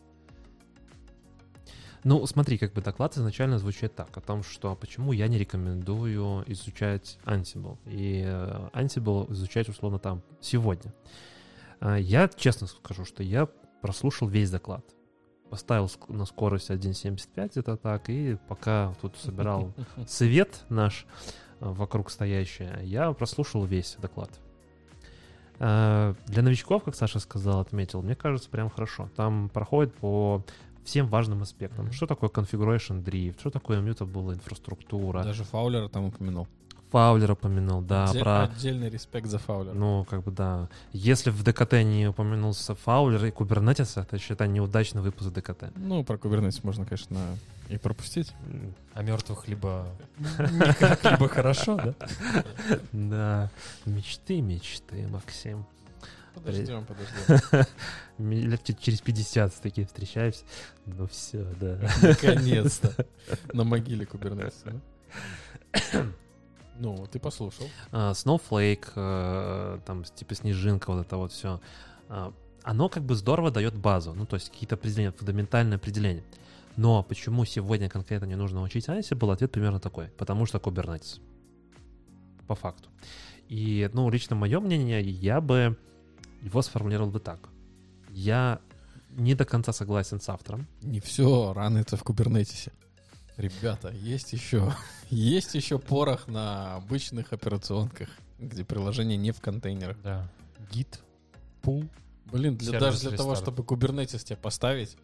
Ну, смотри, как бы доклад изначально звучит так, о том, что почему я не рекомендую изучать Ansible. И э, Ansible изучать условно там сегодня. А, Я честно скажу, что я прослушал весь доклад. Поставил ск- на скорость один семьдесят пять, это так, и пока тут собирал совет наш э, вокруг стоящий, я прослушал весь доклад. Э, Для новичков, как Саша сказал, отметил, мне кажется, прям хорошо. Там проходит по всем важным аспектам. Мгм. Что такое configuration drift, что такое mutable инфраструктура. Даже Фаулера там упомянул. Фаулер упомянул, да, Отдель- про... Отдельный респект за Фаулера. Ну, как бы, да. Если в ДКТ не упомянулся Фаулер и Kubernetes, это, считай, неудачный выпуск ДКТ. Ну, про Kubernetes можно, конечно, и пропустить. М, А мертвых либо никак, либо хорошо, да? Да, мечты, мечты, Максим. Подождем, подождем. М- Лет ч- через пятьдесят с таким встречаюсь. Ну все, да. Наконец-то. На могиле Kubernetes. да? Ну, ты послушал. А, Snowflake, э, там, типа снежинка, вот это вот все. Оно как бы здорово дает базу, ну, то есть какие-то определения, фундаментальные определения. Но почему сегодня конкретно не нужно учить Ansible, ответ примерно такой. Потому что Kubernetes. По факту. И, ну, лично мое мнение, я бы его сформулировал бы так. Я не до конца согласен с автором. Не все, рано это в Кубернетисе. Ребята, есть еще, есть еще порох на обычных операционках, где приложение не в контейнерах. Да. Git, pull. Блин, для, Сервис даже для того, рестарт. чтобы Kubernetes тебе поставить,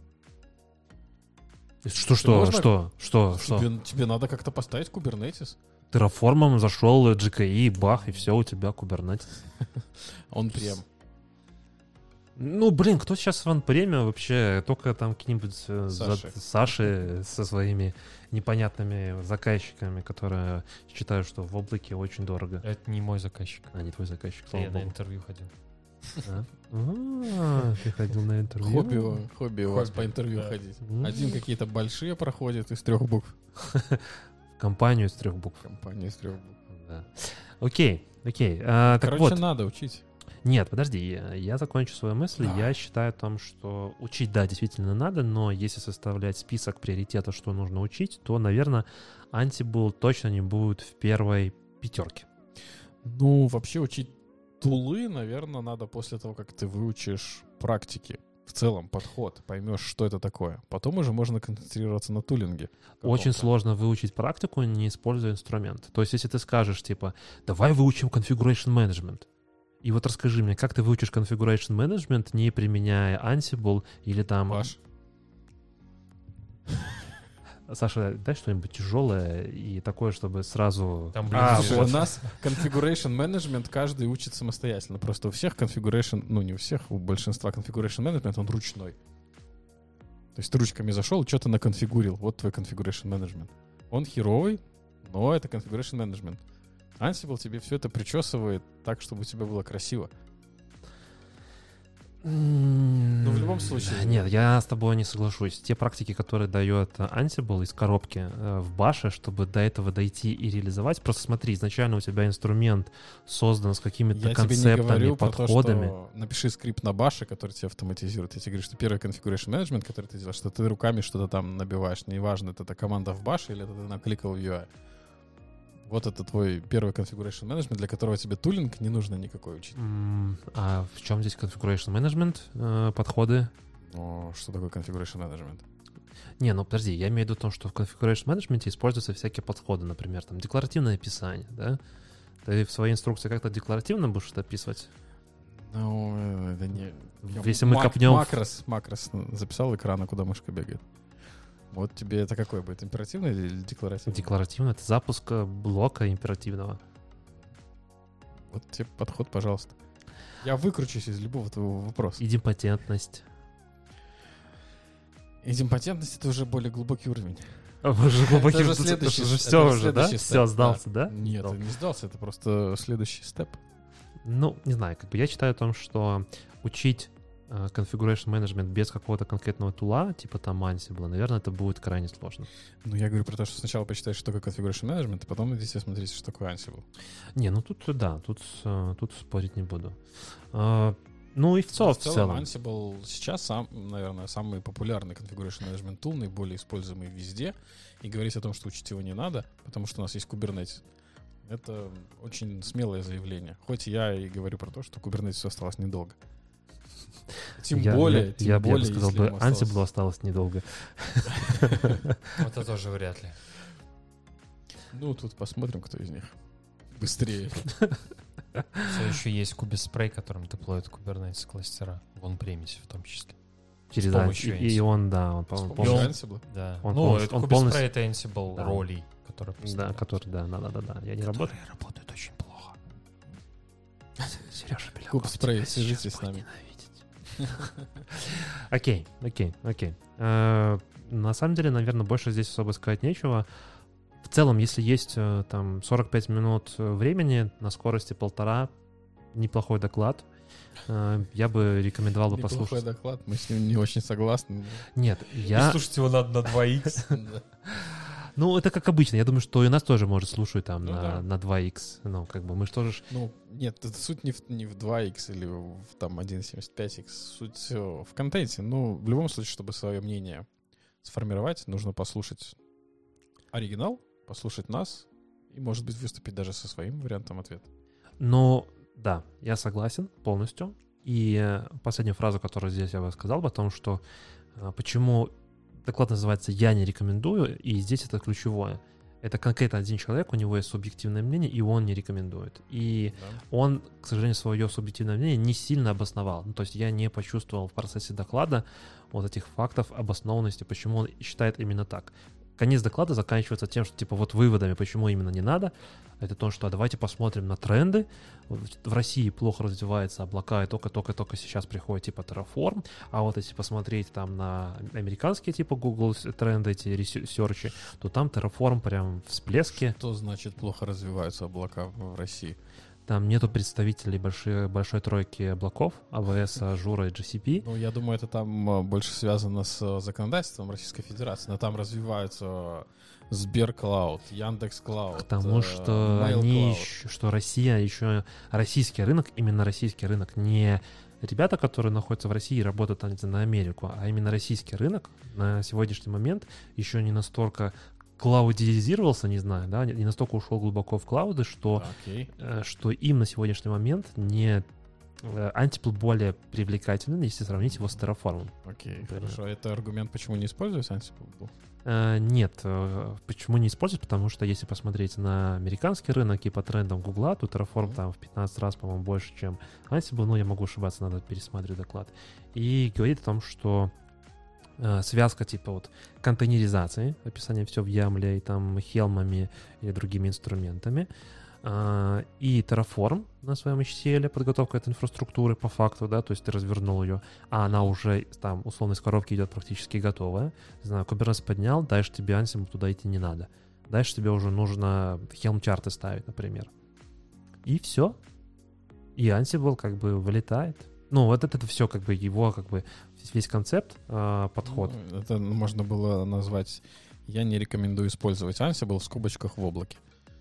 Что, что, можно- что, что, что? тебе, тебе надо как-то поставить Kubernetes. Terraform зашел, джи кей и, бах, и все, у тебя Kubernetes. Он прям. Ну, блин, кто сейчас в анпреме вообще? Только там какие-нибудь э, Саши. зад- Саши со своими непонятными заказчиками, которые считают, что в облаке очень дорого. Это не мой заказчик. А, не твой заказчик, слава Я на богу. интервью ходил. А? А, ты ходил на интервью? Хобби, у- хобби у вас Хобби, по интервью да. ходить. М. Один какие-то большие проходит из трех букв. Компанию из трех букв. Компания из трех букв. Да. Окей, окей. А, так Короче, вот, надо учить. нет, подожди, я, я закончу свою мысль. Да. Я считаю о том, что учить, да, действительно надо, но если составлять список приоритетов, что нужно учить, то, наверное, Ansible точно не будет в первой пятерке. Ну, вообще учить тулы, наверное, надо после того, как ты выучишь практики. В целом, подход, поймешь, что это такое. Потом уже можно концентрироваться на тулинге. Очень каком-то. сложно выучить практику, не используя инструмент. То есть, если ты скажешь, типа, давай выучим configuration management, и вот расскажи мне, как ты выучишь configuration management, не применяя Ansible или там... Паш, Саша, дай что-нибудь тяжелое и такое, чтобы сразу... Там, блин, А, всё у вот. нас configuration management каждый учит самостоятельно. Просто у всех configuration, ну не у всех, у большинства configuration management он ручной. То есть ты ручками зашел, что-то наконфигурил. Вот твой configuration management. Он херовый, но это configuration management. Ansible тебе все это причесывает так, чтобы у тебя было красиво. Ну, в любом случае. Нет, я с тобой не соглашусь. Те практики, которые дает Ansible из коробки э, в баше, чтобы до этого дойти и реализовать, просто смотри, изначально у тебя инструмент создан с какими-то я концептами, тебе не говорю подходами. Про то, что напиши скрипт на баше, который тебе автоматизирует. Я тебе говорю, что первый configuration management, который ты делаешь, что ты руками что-то там набиваешь. Неважно, это, это команда в баше или это ты накликал в ю ай. Вот это твой первый configuration management, для которого тебе тулинг не нужно никакой учить. Mm, а в чем здесь configuration management? Э, подходы? Ну, что такое configuration management? Не, ну подожди, я имею в виду то, что в configuration management используются всякие подходы, например, там декларативное описание, да? Ты в своей инструкции как-то декларативно будешь это описывать? Ну, это не... Если мы Мак- копнем... Макрос, макрос записал экрана, куда мышка бегает. Вот тебе это какой будет, императивный или декларативный? Декларативно — это запуск блока императивного. Вот тебе подход, пожалуйста. Я выкручусь из любого твоего вопроса. Идемпотентность. Идемпотентность — это уже более глубокий уровень. Уже глубокий, Это уже следующий- уже это все уже уже, да? следующий Все, степ, сдался, да? Нет, Сдал. ты не сдался, это просто следующий степ. Ну, не знаю, как бы я считаю о том, что учить э, configuration management без какого-то конкретного тула, типа там Ansible, наверное, это будет крайне сложно. Ну, я говорю про то, что сначала почитаешь, что такое configuration management, а потом идите смотрите, что такое Ansible. Не, ну тут, да, тут, э, тут спорить не буду. А, ну и в, цел, в целом. Ansible сейчас, сам, наверное, самый популярный configuration management tool, наиболее используемый везде. И говорить о том, что учить его не надо, потому что у нас есть Kubernetes, это очень смелое заявление. Хоть я и говорю про то, что Kubernetes осталось недолго. Тем я, более, я, тем я, более, я бы сказал, если бы, ему осталось- Ansible осталось недолго. Вот это тоже вряд ли. Ну, тут посмотрим, кто из них быстрее. Все еще есть Kubeспray, которым деплоят Kubernetes кластера в он-премисе в том числе. Через С помощью Ansible. И, и он, да, он, С по-моему, помощью он- Ansible. Да. Он ну, полностью- это он Kubespray полностью- это Ansible Да. ролей, которые да, поставляют. который, да, да, да, да, да. Я не работаю. Которые работают очень плохо. Сережа Беляков Кубспрей, тебя свяжитесь сейчас с нами. будет ненавидеть. Окей, окей, окей. Э, На самом деле, наверное, больше здесь особо сказать нечего. В целом, если есть э, там сорок пять минут э, времени на скорости полтора, неплохой доклад. Э, Я бы рекомендовал бы Неплохой послушать. доклад, мы с ним не очень согласны. Нет, я... Слушайте его надо на два икс. Ну, это как обычно. Я думаю, что и нас тоже, может, слушают там Ну на, да. на два икс. Ну, как бы мы же тоже... ж- Ну, нет, это суть не в, не в два икс или в там один семьдесят пять икс. Суть э, в контенте. Ну, в любом случае, чтобы свое мнение сформировать, нужно послушать оригинал, послушать нас и, может быть, выступить даже со своим вариантом ответа. Но да, я согласен полностью. И э, последнюю фразу, которую здесь я бы сказал, о том, что э, почему доклад называется «Я не рекомендую», и здесь это ключевое. Это конкретно один человек, у него есть субъективное мнение, и он не рекомендует. И Да? он, к сожалению, свое субъективное мнение не сильно обосновал. Ну, то есть я не почувствовал в процессе доклада вот этих фактов обоснованности, почему он считает именно так. Конец доклада заканчивается тем, что типа вот выводами, почему именно не надо. Это то, что давайте посмотрим на тренды. В России плохо развиваются облака, и только-только-только сейчас приходит типа Terraform. А вот если посмотреть там на американские типа Google тренды, эти ресерчи, то там Terraform прям всплески. Что значит плохо развиваются облака в России? Там нету представителей большой, большой тройки облаков, эй ви эс, Azure и джи си пи. Ну, я думаю, это там э, больше связано с э, законодательством Российской Федерации. Но там развиваются Сберклауд, Яндекс.Клауд, Потому э, что Mail они Cloud. еще, что Россия еще российский рынок, именно российский рынок, не ребята, которые находятся в России и работают там на Америку, а именно российский рынок на сегодняшний момент еще не настолько клаудизировался, не знаю, да, не настолько ушел глубоко в клауды, что, Да, окей. э, что им на сегодняшний момент не э, Ansible более привлекателен, если сравнить его с Terraform. Окей, Например. хорошо. Это аргумент, почему не используется Ansible был? Э, Нет, э, почему не использовать? Потому что если посмотреть на американский рынок и по трендам Гугла, то Terraform Мгм. там в пятнадцать раз, по-моему, больше, чем Ansible. Ну, я могу ошибаться, надо пересматривать доклад. И говорит о том, что э, связка типа вот контейнеризации, описание все в Ямле и там хелмами или другими инструментами, э, и Terraform на своем эйч си эл, подготовка этой инфраструктуры по факту, да, то есть ты развернул ее, а она уже там условно из коробки идет практически готовая. Не знаю, Kubernetes поднял, дальше тебе Ansible туда идти не надо. Дальше тебе уже нужно Helm-чарты ставить, например. И все. И Ansible как бы вылетает. Ну, вот это, это все как бы его, как бы весь концепт, э, подход. Ну, это можно было назвать «Я не рекомендую использовать Ansible в скобочках в облаке».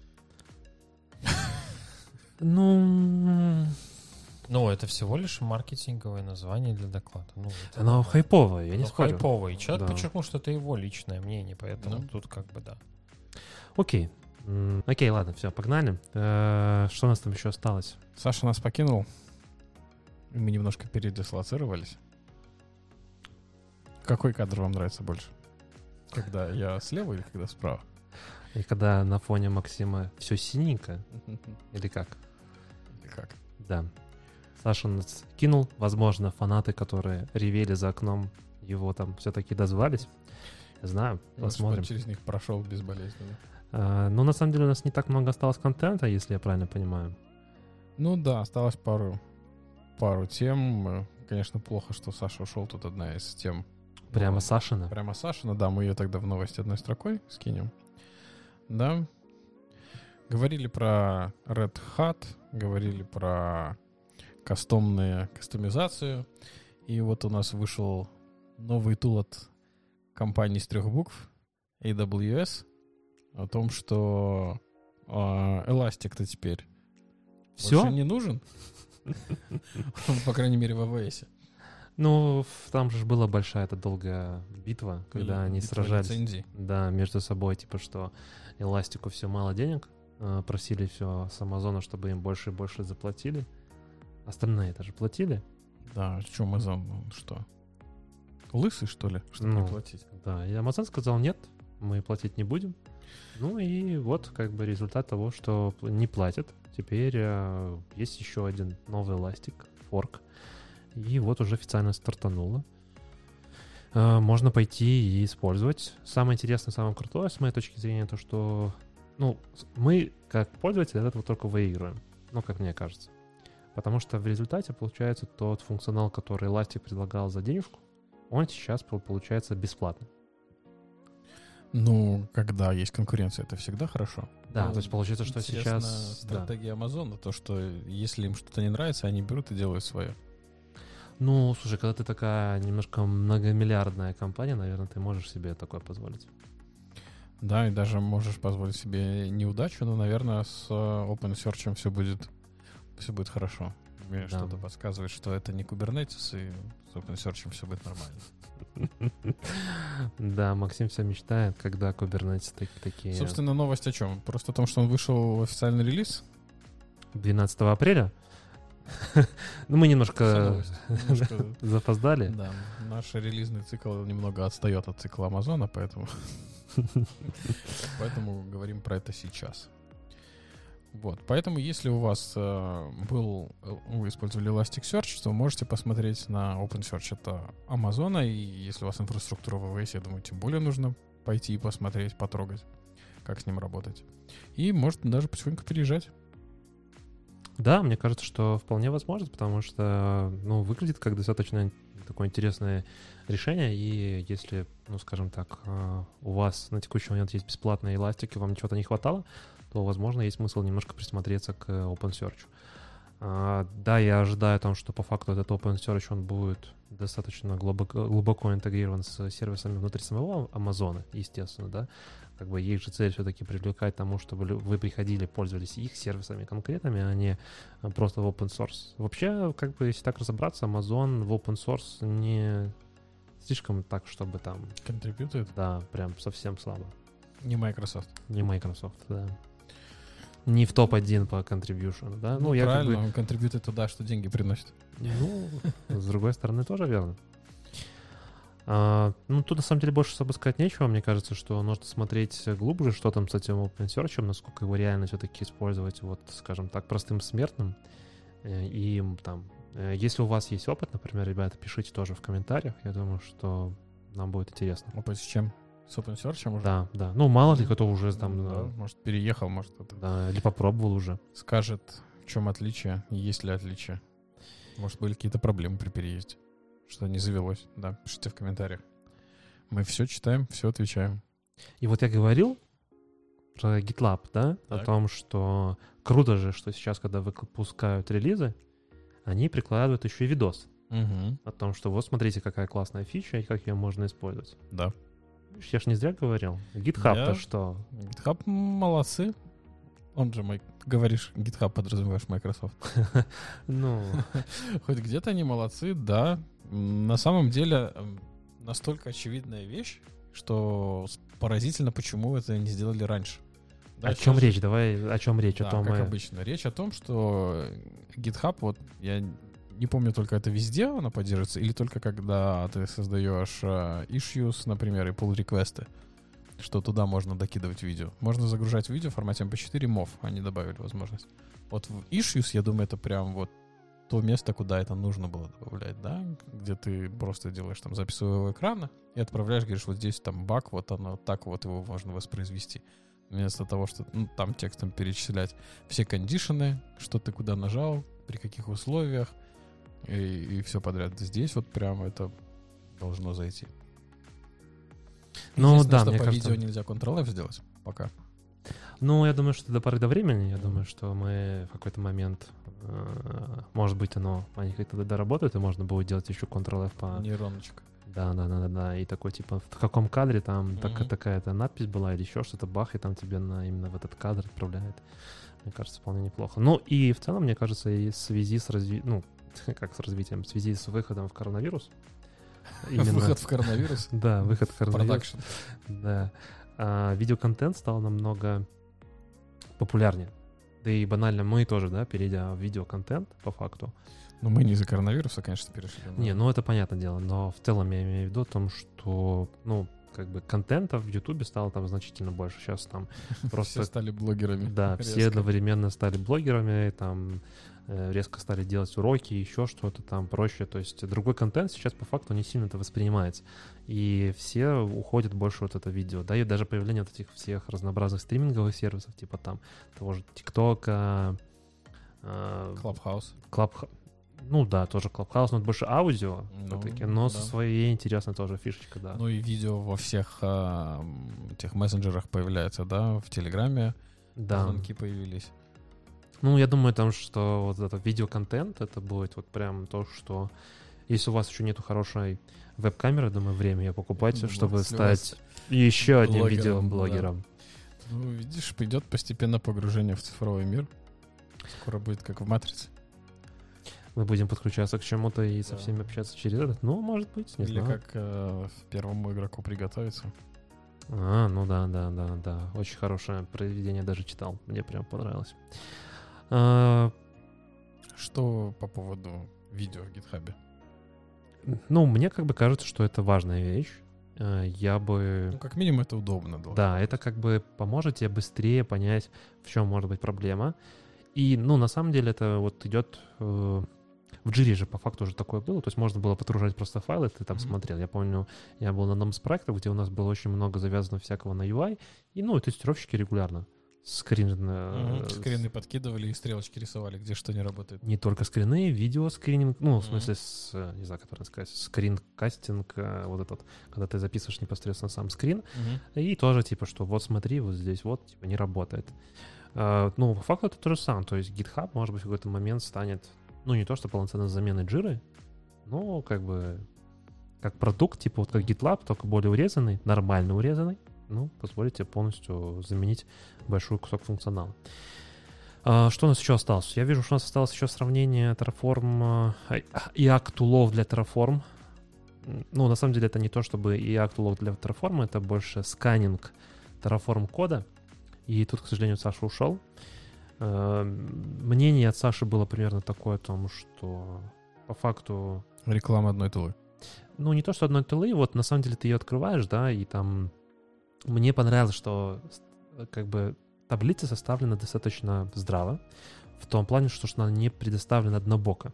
Ну, Ну, это всего лишь маркетинговое название для доклада. Ну, это оно хайповое, я не ну, спорю. хайповый. Человек Да. подчеркнул, что это его личное мнение, поэтому Ну. тут как бы да. Окей. М, Окей, ладно, все, погнали. Э, Что у нас там еще осталось? Саша нас покинул, и мы немножко передислоцировались. Какой кадр вам нравится больше? Когда я слева или когда справа? И когда на фоне Максима все синенько, или как? Или как? Да. Саша нас кинул. Возможно, фанаты, которые ревели за окном, его там все-таки дозвались. Не знаю, посмотрим. Он через них прошел безболезненно. А, ну, на самом деле, у нас не так много осталось контента, если я правильно понимаю. Ну да, осталось пару, пару тем. Э, Конечно, плохо, что Саша ушел. Тут одна из тем. Прямо Ну, Сашина. Прямо Сашина, да, мы ее тогда в новости одной строкой скинем. Да. Говорили про Red Hat, говорили про кастомные, кастомизацию. И вот у нас вышел новый тул от компании с трех букв, эй дабл ю эс, о том, что э, Elastic-то теперь Все? больше не нужен. По крайней мере, в эй ви эс. Ну, в- там же ж была большая эта долгая битва, когда они Битва сражались. лицензий. Да, между собой, типа, что Эластику все мало денег, э, просили все с Амазона, чтобы им больше и больше заплатили. Остальные это же платили. Да, что Amazon, он что? Лысый, что ли, чтобы Ну. не платить? Да, и Amazon сказал, нет, мы платить не будем. Ну и вот как бы результат того, что пл- не платят. Теперь э, есть еще один новый эластик, форк. И вот уже официально стартануло. Э, можно пойти и использовать. Самое интересное, самое крутое, с моей точки зрения, то, что ну, с- мы, как пользователи, от этого только выигрываем. Ну, как мне кажется. Потому что в результате получается тот функционал, который Elastic предлагал за денежку, он сейчас пол- получается бесплатно. Ну, когда есть конкуренция, это всегда хорошо. Да, Ну, то есть получается, что интересна сейчас... да. стратегия Амазона, то, что если им что-то не нравится, они берут и делают свое. Ну, слушай, когда ты такая немножко многомиллиардная компания, наверное, ты можешь себе такое позволить. Да, и даже можешь позволить себе неудачу, но, наверное, с э, OpenSearch все будет, все будет хорошо. Мне Да. что-то подсказывает, что это не Kubernetes, и с OpenSearch все будет нормально. Да, Максим все мечтает, когда Kubernetes так- такие... Собственно, новость о чем? Просто о том, что он вышел в официальный релиз. двенадцатого апреля. Ну, мы Вся немножко новость. Немножко, запоздали. да, наш релизный цикл немного отстает от цикла Амазона, поэтому, поэтому говорим про это сейчас. Вот, поэтому если у вас э, был, э, вы использовали Elasticsearch, то можете посмотреть на OpenSearch это Амазона, и если у вас инфраструктура в эй ви эс, я думаю, тем более нужно пойти и посмотреть, потрогать, как с ним работать. И может даже потихоньку переезжать. Да, мне кажется, что вполне возможно, потому что, ну, выглядит как достаточно такое интересное решение, и если, ну, скажем так, э, у вас на текущий момент есть бесплатные эластики, вам чего-то не хватало, то, возможно, есть смысл немножко присмотреться к OpenSearch. А, да, я ожидаю там, что по факту этот OpenSearch, он будет достаточно глубоко, глубоко интегрирован с сервисами внутри самого Амазона, естественно, да. Как бы их же цель все-таки привлекать тому, чтобы лю- вы приходили, пользовались их сервисами конкретными, а не а, просто в open source. Вообще, как бы, если так разобраться, Amazon в open source не слишком так, чтобы там, Контрибьютит. да, прям совсем слабо. Не Microsoft. Не Microsoft, да. Не в топ один по contribution, да? Ну, я как правильно, бы... он контрибьютит туда, что деньги приносит. Ну, с другой стороны, тоже верно. А, ну, тут на самом деле больше особо сказать нечего. Мне кажется, что нужно смотреть глубже, что там с этим OpenSearch, насколько его реально все-таки использовать, вот, скажем так, простым смертным. Э, И там, э, если у вас есть опыт, например, ребята, пишите тоже в комментариях. Я думаю, что нам будет интересно. Опыт с чем? С OpenSearch уже? Да, да. Ну, мало ли, кто уже там, Да, да, может, переехал, может, это да, или попробовал уже. скажет, в чем отличие, и есть ли отличие. Может, были какие-то проблемы при переезде. Что не завелось. Да, пишите в комментариях. Мы все читаем, все отвечаем. И вот я говорил про GitLab, да, о Так. том, что круто же, что сейчас, когда выпускают релизы, они прикладывают еще и видос Мгм. о том, что вот смотрите, какая классная фича и как ее можно использовать. Да. Я ж не зря говорил. GitHub-то Я- что? GitHub молодцы. Он же, мой, говоришь, GitHub подразумеваешь Microsoft. Ну, Хоть где-то они молодцы, да. М, На самом деле, м, настолько очевидная вещь, что с- поразительно, почему это не сделали раньше. Да, о сейчас чем же- речь? Давай, о чем речь? Да, о том, как мы- обычно. Речь о том, что GitHub, вот я не помню, только это везде она поддерживается, или только когда ты создаешь э, issues, например, и pull реквесты, что туда можно докидывать видео. Можно загружать видео в формате эм пи четыре мов, они добавили возможность. Вот в issues, я думаю, это прям вот то место, куда это нужно было добавлять, да, где ты просто делаешь там запись своего экрана и отправляешь, говоришь, вот здесь там баг, вот оно так вот его можно воспроизвести. Вместо того, что ну, там текстом перечислять все кондишены, что ты куда нажал, при каких условиях, и, и все подряд. Здесь вот прям это должно зайти. Ну Единственное, да, что мне по кажется- видео нельзя контрол-эф сделать пока. Ну, я думаю, что до поры до времени, я думаю, что мы в какой-то момент, э, может быть, оно, они как-то доработают, и можно будет делать еще Ctrl-F по... Нейроночка. Да, да, да, да, да, и такой, типа, в каком кадре там так- Мгм. такая-то надпись была или еще что-то, бах, и там тебе на, именно в этот кадр отправляет. Мне кажется, вполне неплохо. Ну, и в целом, мне кажется, и в связи с разви... ну, как с развитием, в связи с выходом в коронавирус. именно- Выход в коронавирус. Да, выход в коронавирус. Продакшн. Да. А, видеоконтент стал намного популярнее. Да и банально мы тоже, да, перейдя в видеоконтент, по факту. Ну, мы не из-за коронавируса, конечно, перешли. но- Не, ну это понятное дело, но в целом я имею в виду о том, что, ну, как бы контента в Ютубе стало там значительно больше. Сейчас там просто... Все стали блогерами. Да, все резко. одновременно стали блогерами, там э, резко стали делать уроки, еще что-то там проще. То есть другой контент сейчас по факту не сильно это воспринимается. И все уходят больше вот это видео. Да, и даже появление вот этих всех разнообразных стриминговых сервисов, типа там того же ТикТока, э, Clubhouse. Клаб... Ну да, тоже Clubhouse, но это больше аудио, Ну, все-таки, но со да. своей интересной тоже фишечкой, да. Ну и видео во всех а, м, этих мессенджерах появляется, да, в Телеграме да. звонки появились. Ну, я думаю, там, что вот этот видеоконтент, это будет вот прям то, что... Если у вас еще нету хорошей веб-камеры, думаю, время ее покупать, Вот, чтобы если у вас стать еще одним блогером, видеоблогером. Ну, видишь, пойдет постепенно погружение в цифровой мир. Скоро будет как в «Матрице». Мы будем подключаться к чему-то и со Да. всеми общаться через этот. Ну, может быть, не Или знаю. как э, первому игроку приготовиться. А, ну да, да, да, да. Очень хорошее произведение, даже читал. Мне прям понравилось. А, Что по поводу видео в гитхабе? ну, мне как бы кажется, что это важная вещь. Э, Я бы... Ну, как минимум, это удобно. должно Да, быть. это как бы поможет тебе быстрее понять, в чем может быть проблема. И, ну, на самом деле это вот идет... э, в Jira же по факту уже такое было, то есть можно было подгружать просто файлы, ты там Мгм. смотрел. Я помню, я был на одном из проектов, где у нас было очень много завязано всякого на ю ай, и, ну, и тестировщики регулярно скрин... э, Мгм. Скрины подкидывали и стрелочки рисовали, где что не работает. Не только скрины, видео скрининг, ну, в Мгм. смысле, с, э, не знаю, как правильно сказать, скрин-кастинг, э, вот этот, когда ты записываешь непосредственно сам скрин, и тоже, типа, что вот смотри, вот здесь вот, типа, не работает. Э, Ну, по факту это то же самое. То есть GitHub, может быть, в какой-то момент станет, ну, не то, что полноценной заменой Jira, но как бы как продукт, типа вот как GitLab, только более урезанный, нормально урезанный, ну, позволит тебе полностью заменить большой кусок функционала. А, Что у нас еще осталось? Я вижу, что у нас осталось еще сравнение Terraform э, и Act-тулов для Terraform. Ну, на самом деле, это не то, чтобы и Act-тулов для Terraform, это больше сканинг Terraform кода. И тут, к сожалению, Саша ушел. Э, Мнение от Саши было примерно такое о том, что по факту, Реклама одной тулы. ну, не то, что одной тулы, вот на самом деле ты ее открываешь, да, и там мне понравилось, что с- как бы таблица составлена достаточно здраво, в том плане, что, что она не предоставлена однобоко.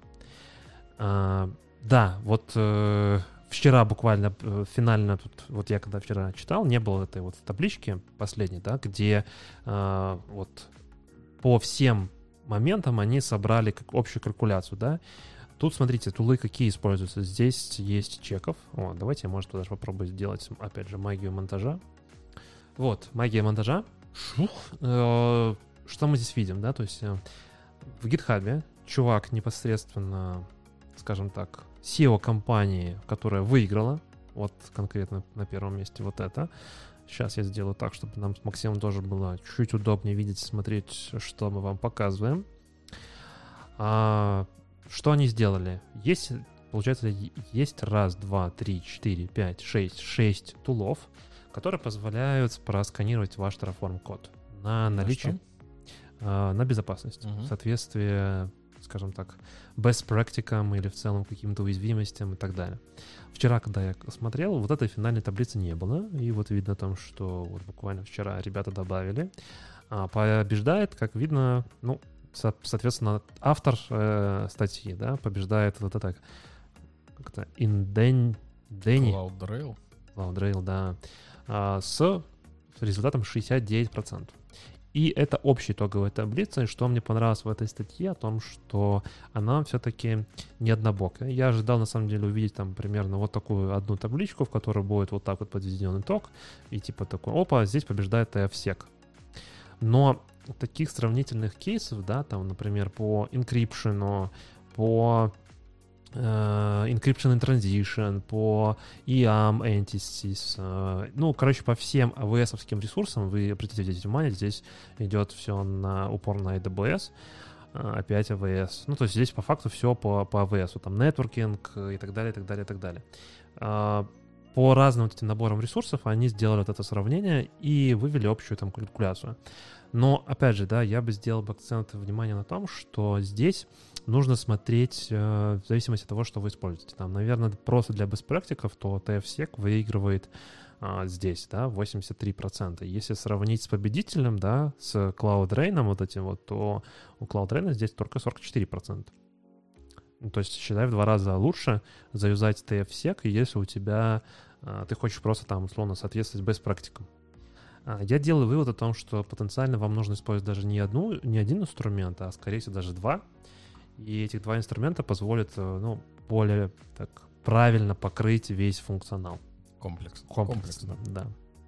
А, да, вот э, вчера буквально э, финально тут, вот я когда вчера читал, не было этой вот таблички последней, да, где э, вот по всем моментам они собрали как общую калькуляцию, да. Тут, смотрите, тулы какие используются. Здесь есть чеков. О, давайте я, может, даже попробую сделать, опять же, магию монтажа. Вот, магия монтажа. Э, Что мы здесь видим, да? То есть э, в GitHub чувак непосредственно, скажем так, си и о компании, которая выиграла, вот конкретно на первом месте вот это. Сейчас я сделаю так, чтобы нам с Максимом тоже было чуть удобнее видеть и смотреть, что мы вам показываем. А, что они сделали? Есть, получается, есть раз, два, три, четыре, пять, шесть, шесть тулов, которые позволяют просканировать ваш Terraform код на наличие, на, на безопасность, угу. в соответствии, скажем так, best practice или в целом каким-то уязвимостям и так далее. Вчера, когда я смотрел, вот этой финальной таблицы не было, и вот видно там, что вот буквально вчера ребята добавили. А, побеждает, как видно, ну, со- соответственно, автор э, статьи, да, побеждает вот это как-то Indeni... CloudRail. CloudRail, да. С результатом шестьдесят девять процентов. И это общая итоговая таблица. И что мне понравилось в этой статье, о том, что она все-таки не однобокая. Я ожидал, на самом деле, увидеть там примерно вот такую одну табличку, в которой будет вот так вот подведен итог. И типа такой, опа, здесь побеждает ти эф сек. Но таких сравнительных кейсов, да, там, например, по encryption, по encryption in transition, по и эй эм entities, ну, короче, по всем эй ви эс-овским ресурсам, вы обратите внимание, здесь идет все на упор на эй дабл ю эс, опять эй ви эс. Ну, то есть здесь по факту все по, по эй ви эс, там, нетворкинг и так далее, и так далее, и так далее. По разным вот этим наборам ресурсов они сделали вот это сравнение и вывели общую там калькуляцию. Но, опять же, да, я бы сделал бы акцент внимания на том, что здесь нужно смотреть э, в зависимости от того, что вы используете. Там, наверное, просто для best practice, то ти эф сек выигрывает э, здесь, да, восемьдесят три процента. Если сравнить с победителем, да, с CloudRail вот этим вот, то у CloudRail здесь только сорок четыре процента. Ну, то есть, считай, в два раза лучше заюзать ти эф сек, если у тебя, э, ты хочешь просто там, условно, соответствовать best practice. Я делаю вывод о том, что потенциально вам нужно использовать даже не, одну, не один инструмент, а, скорее всего, даже два. И этих два инструмента позволят, ну, более так правильно покрыть весь функционал. Комплекс. Комплексно, да.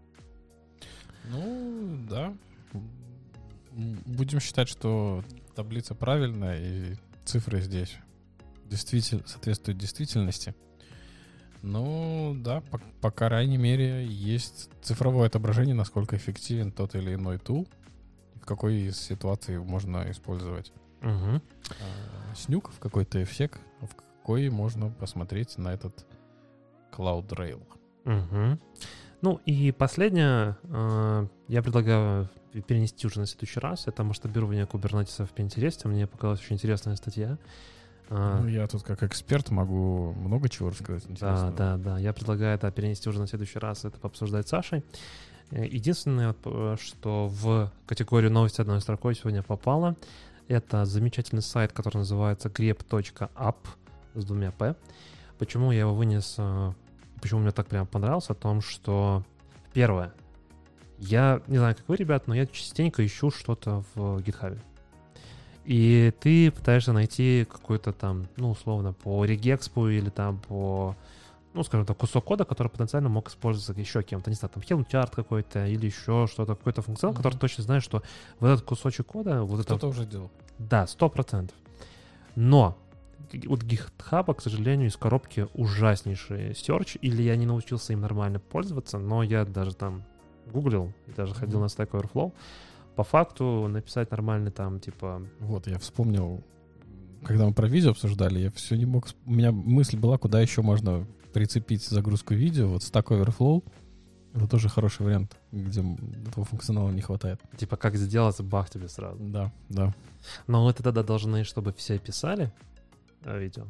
Ну, да. Будем считать, что таблица правильная, и цифры здесь действительно соответствуют действительности. Ну, да, по, по крайней мере, есть цифровое отображение, насколько эффективен тот или иной тул, в какой из ситуаций можно использовать. Угу. Снюк, в какой ти эф сек, в какой можно посмотреть на этот CloudRail. Угу. Ну и последнее, э, я предлагаю перенести уже на следующий раз. Это масштабирование кубернетиса в Pinterest. Мне показалась очень интересная статья. Ну, я тут как эксперт могу много чего рассказать интересного. Да, да, да. Я предлагаю это перенести уже на следующий раз, это пообсуждать с Сашей. Единственное, что в категорию новости одной строкой сегодня попало, это замечательный сайт, который называется grep точка app с двумя п. Почему я его вынес, почему мне так прям понравился, о том, что первое, я не знаю, как вы, ребят, но я частенько ищу что-то в GitHub. И ты пытаешься найти какой-то там, ну, условно, по регекспу или там по, ну, скажем так, кусок кода, который потенциально мог использоваться еще кем-то. Не знаю, там Helm-чарт какой-то или еще что-то, какой-то функционал, mm-hmm. который точно знаешь, что вот этот кусочек кода... Вот Кто-то это, уже делал. Да, сто процентов. Но от GitHub, к сожалению, из коробки ужаснейший search, или я не научился им нормально пользоваться, но я даже там гуглил, и даже mm-hmm. ходил на Stack Overflow. По факту написать нормально там, типа... Вот, я вспомнил, когда мы про видео обсуждали, я все не мог... У меня мысль была, куда еще можно прицепить загрузку видео. Вот Stack Overflow — это тоже хороший вариант, где этого функционала не хватает. Типа как сделать, бах тебе сразу. Да, да. Но это тогда должны, чтобы все писали видео?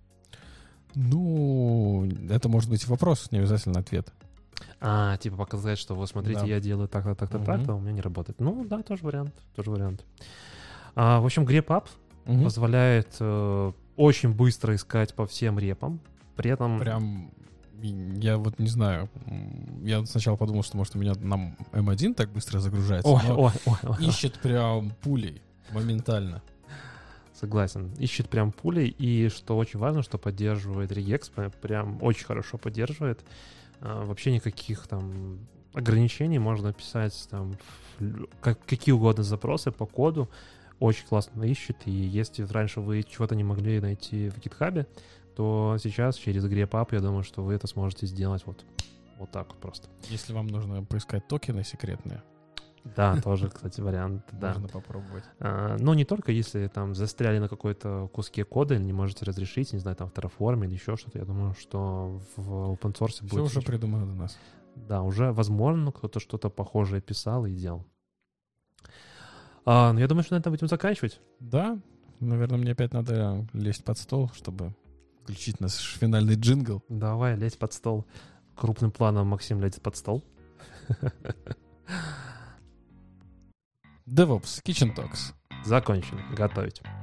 Ну, это может быть вопрос, не обязательно ответ. А, типа показать, что вот смотрите, да. я делаю так-то, так-то, угу. так-то, у меня не работает. Ну, да, тоже вариант, тоже вариант. А, в общем, grep app угу. позволяет э, очень быстро искать по всем репам, при этом... Прям, я вот не знаю, я сначала подумал, что, может, у меня нам эм один так быстро загружается, ой, но ой, ой, ой. ищет прям пулей моментально. Согласен. Ищет прям пулей, и что очень важно, что поддерживает regex, прям очень хорошо поддерживает. А, вообще никаких там ограничений, можно писать там как, какие угодно запросы по коду. очень классно ищет, и если раньше вы чего-то не могли найти в GitHub, то сейчас через grep-app, я думаю, что вы это сможете сделать вот, вот так вот просто. Если вам нужно поискать токены секретные. Да, тоже, кстати, вариант, да. Можно попробовать. А, но не только если там застряли на какой-то куске кода или не можете разрешить, не знаю, там в Terraform или еще что-то, я думаю, что в open source будет... Все уже придумано до нас. Да, уже, возможно, кто-то что-то похожее писал и делал. А, ну, я думаю, что на этом будем заканчивать. Да, наверное, мне опять надо лезть под стол, чтобы включить наш финальный джингл. Давай, лезь под стол. Крупным планом Максим лезет под стол. DevOps Kitchen Talks. Закончено. Готовить.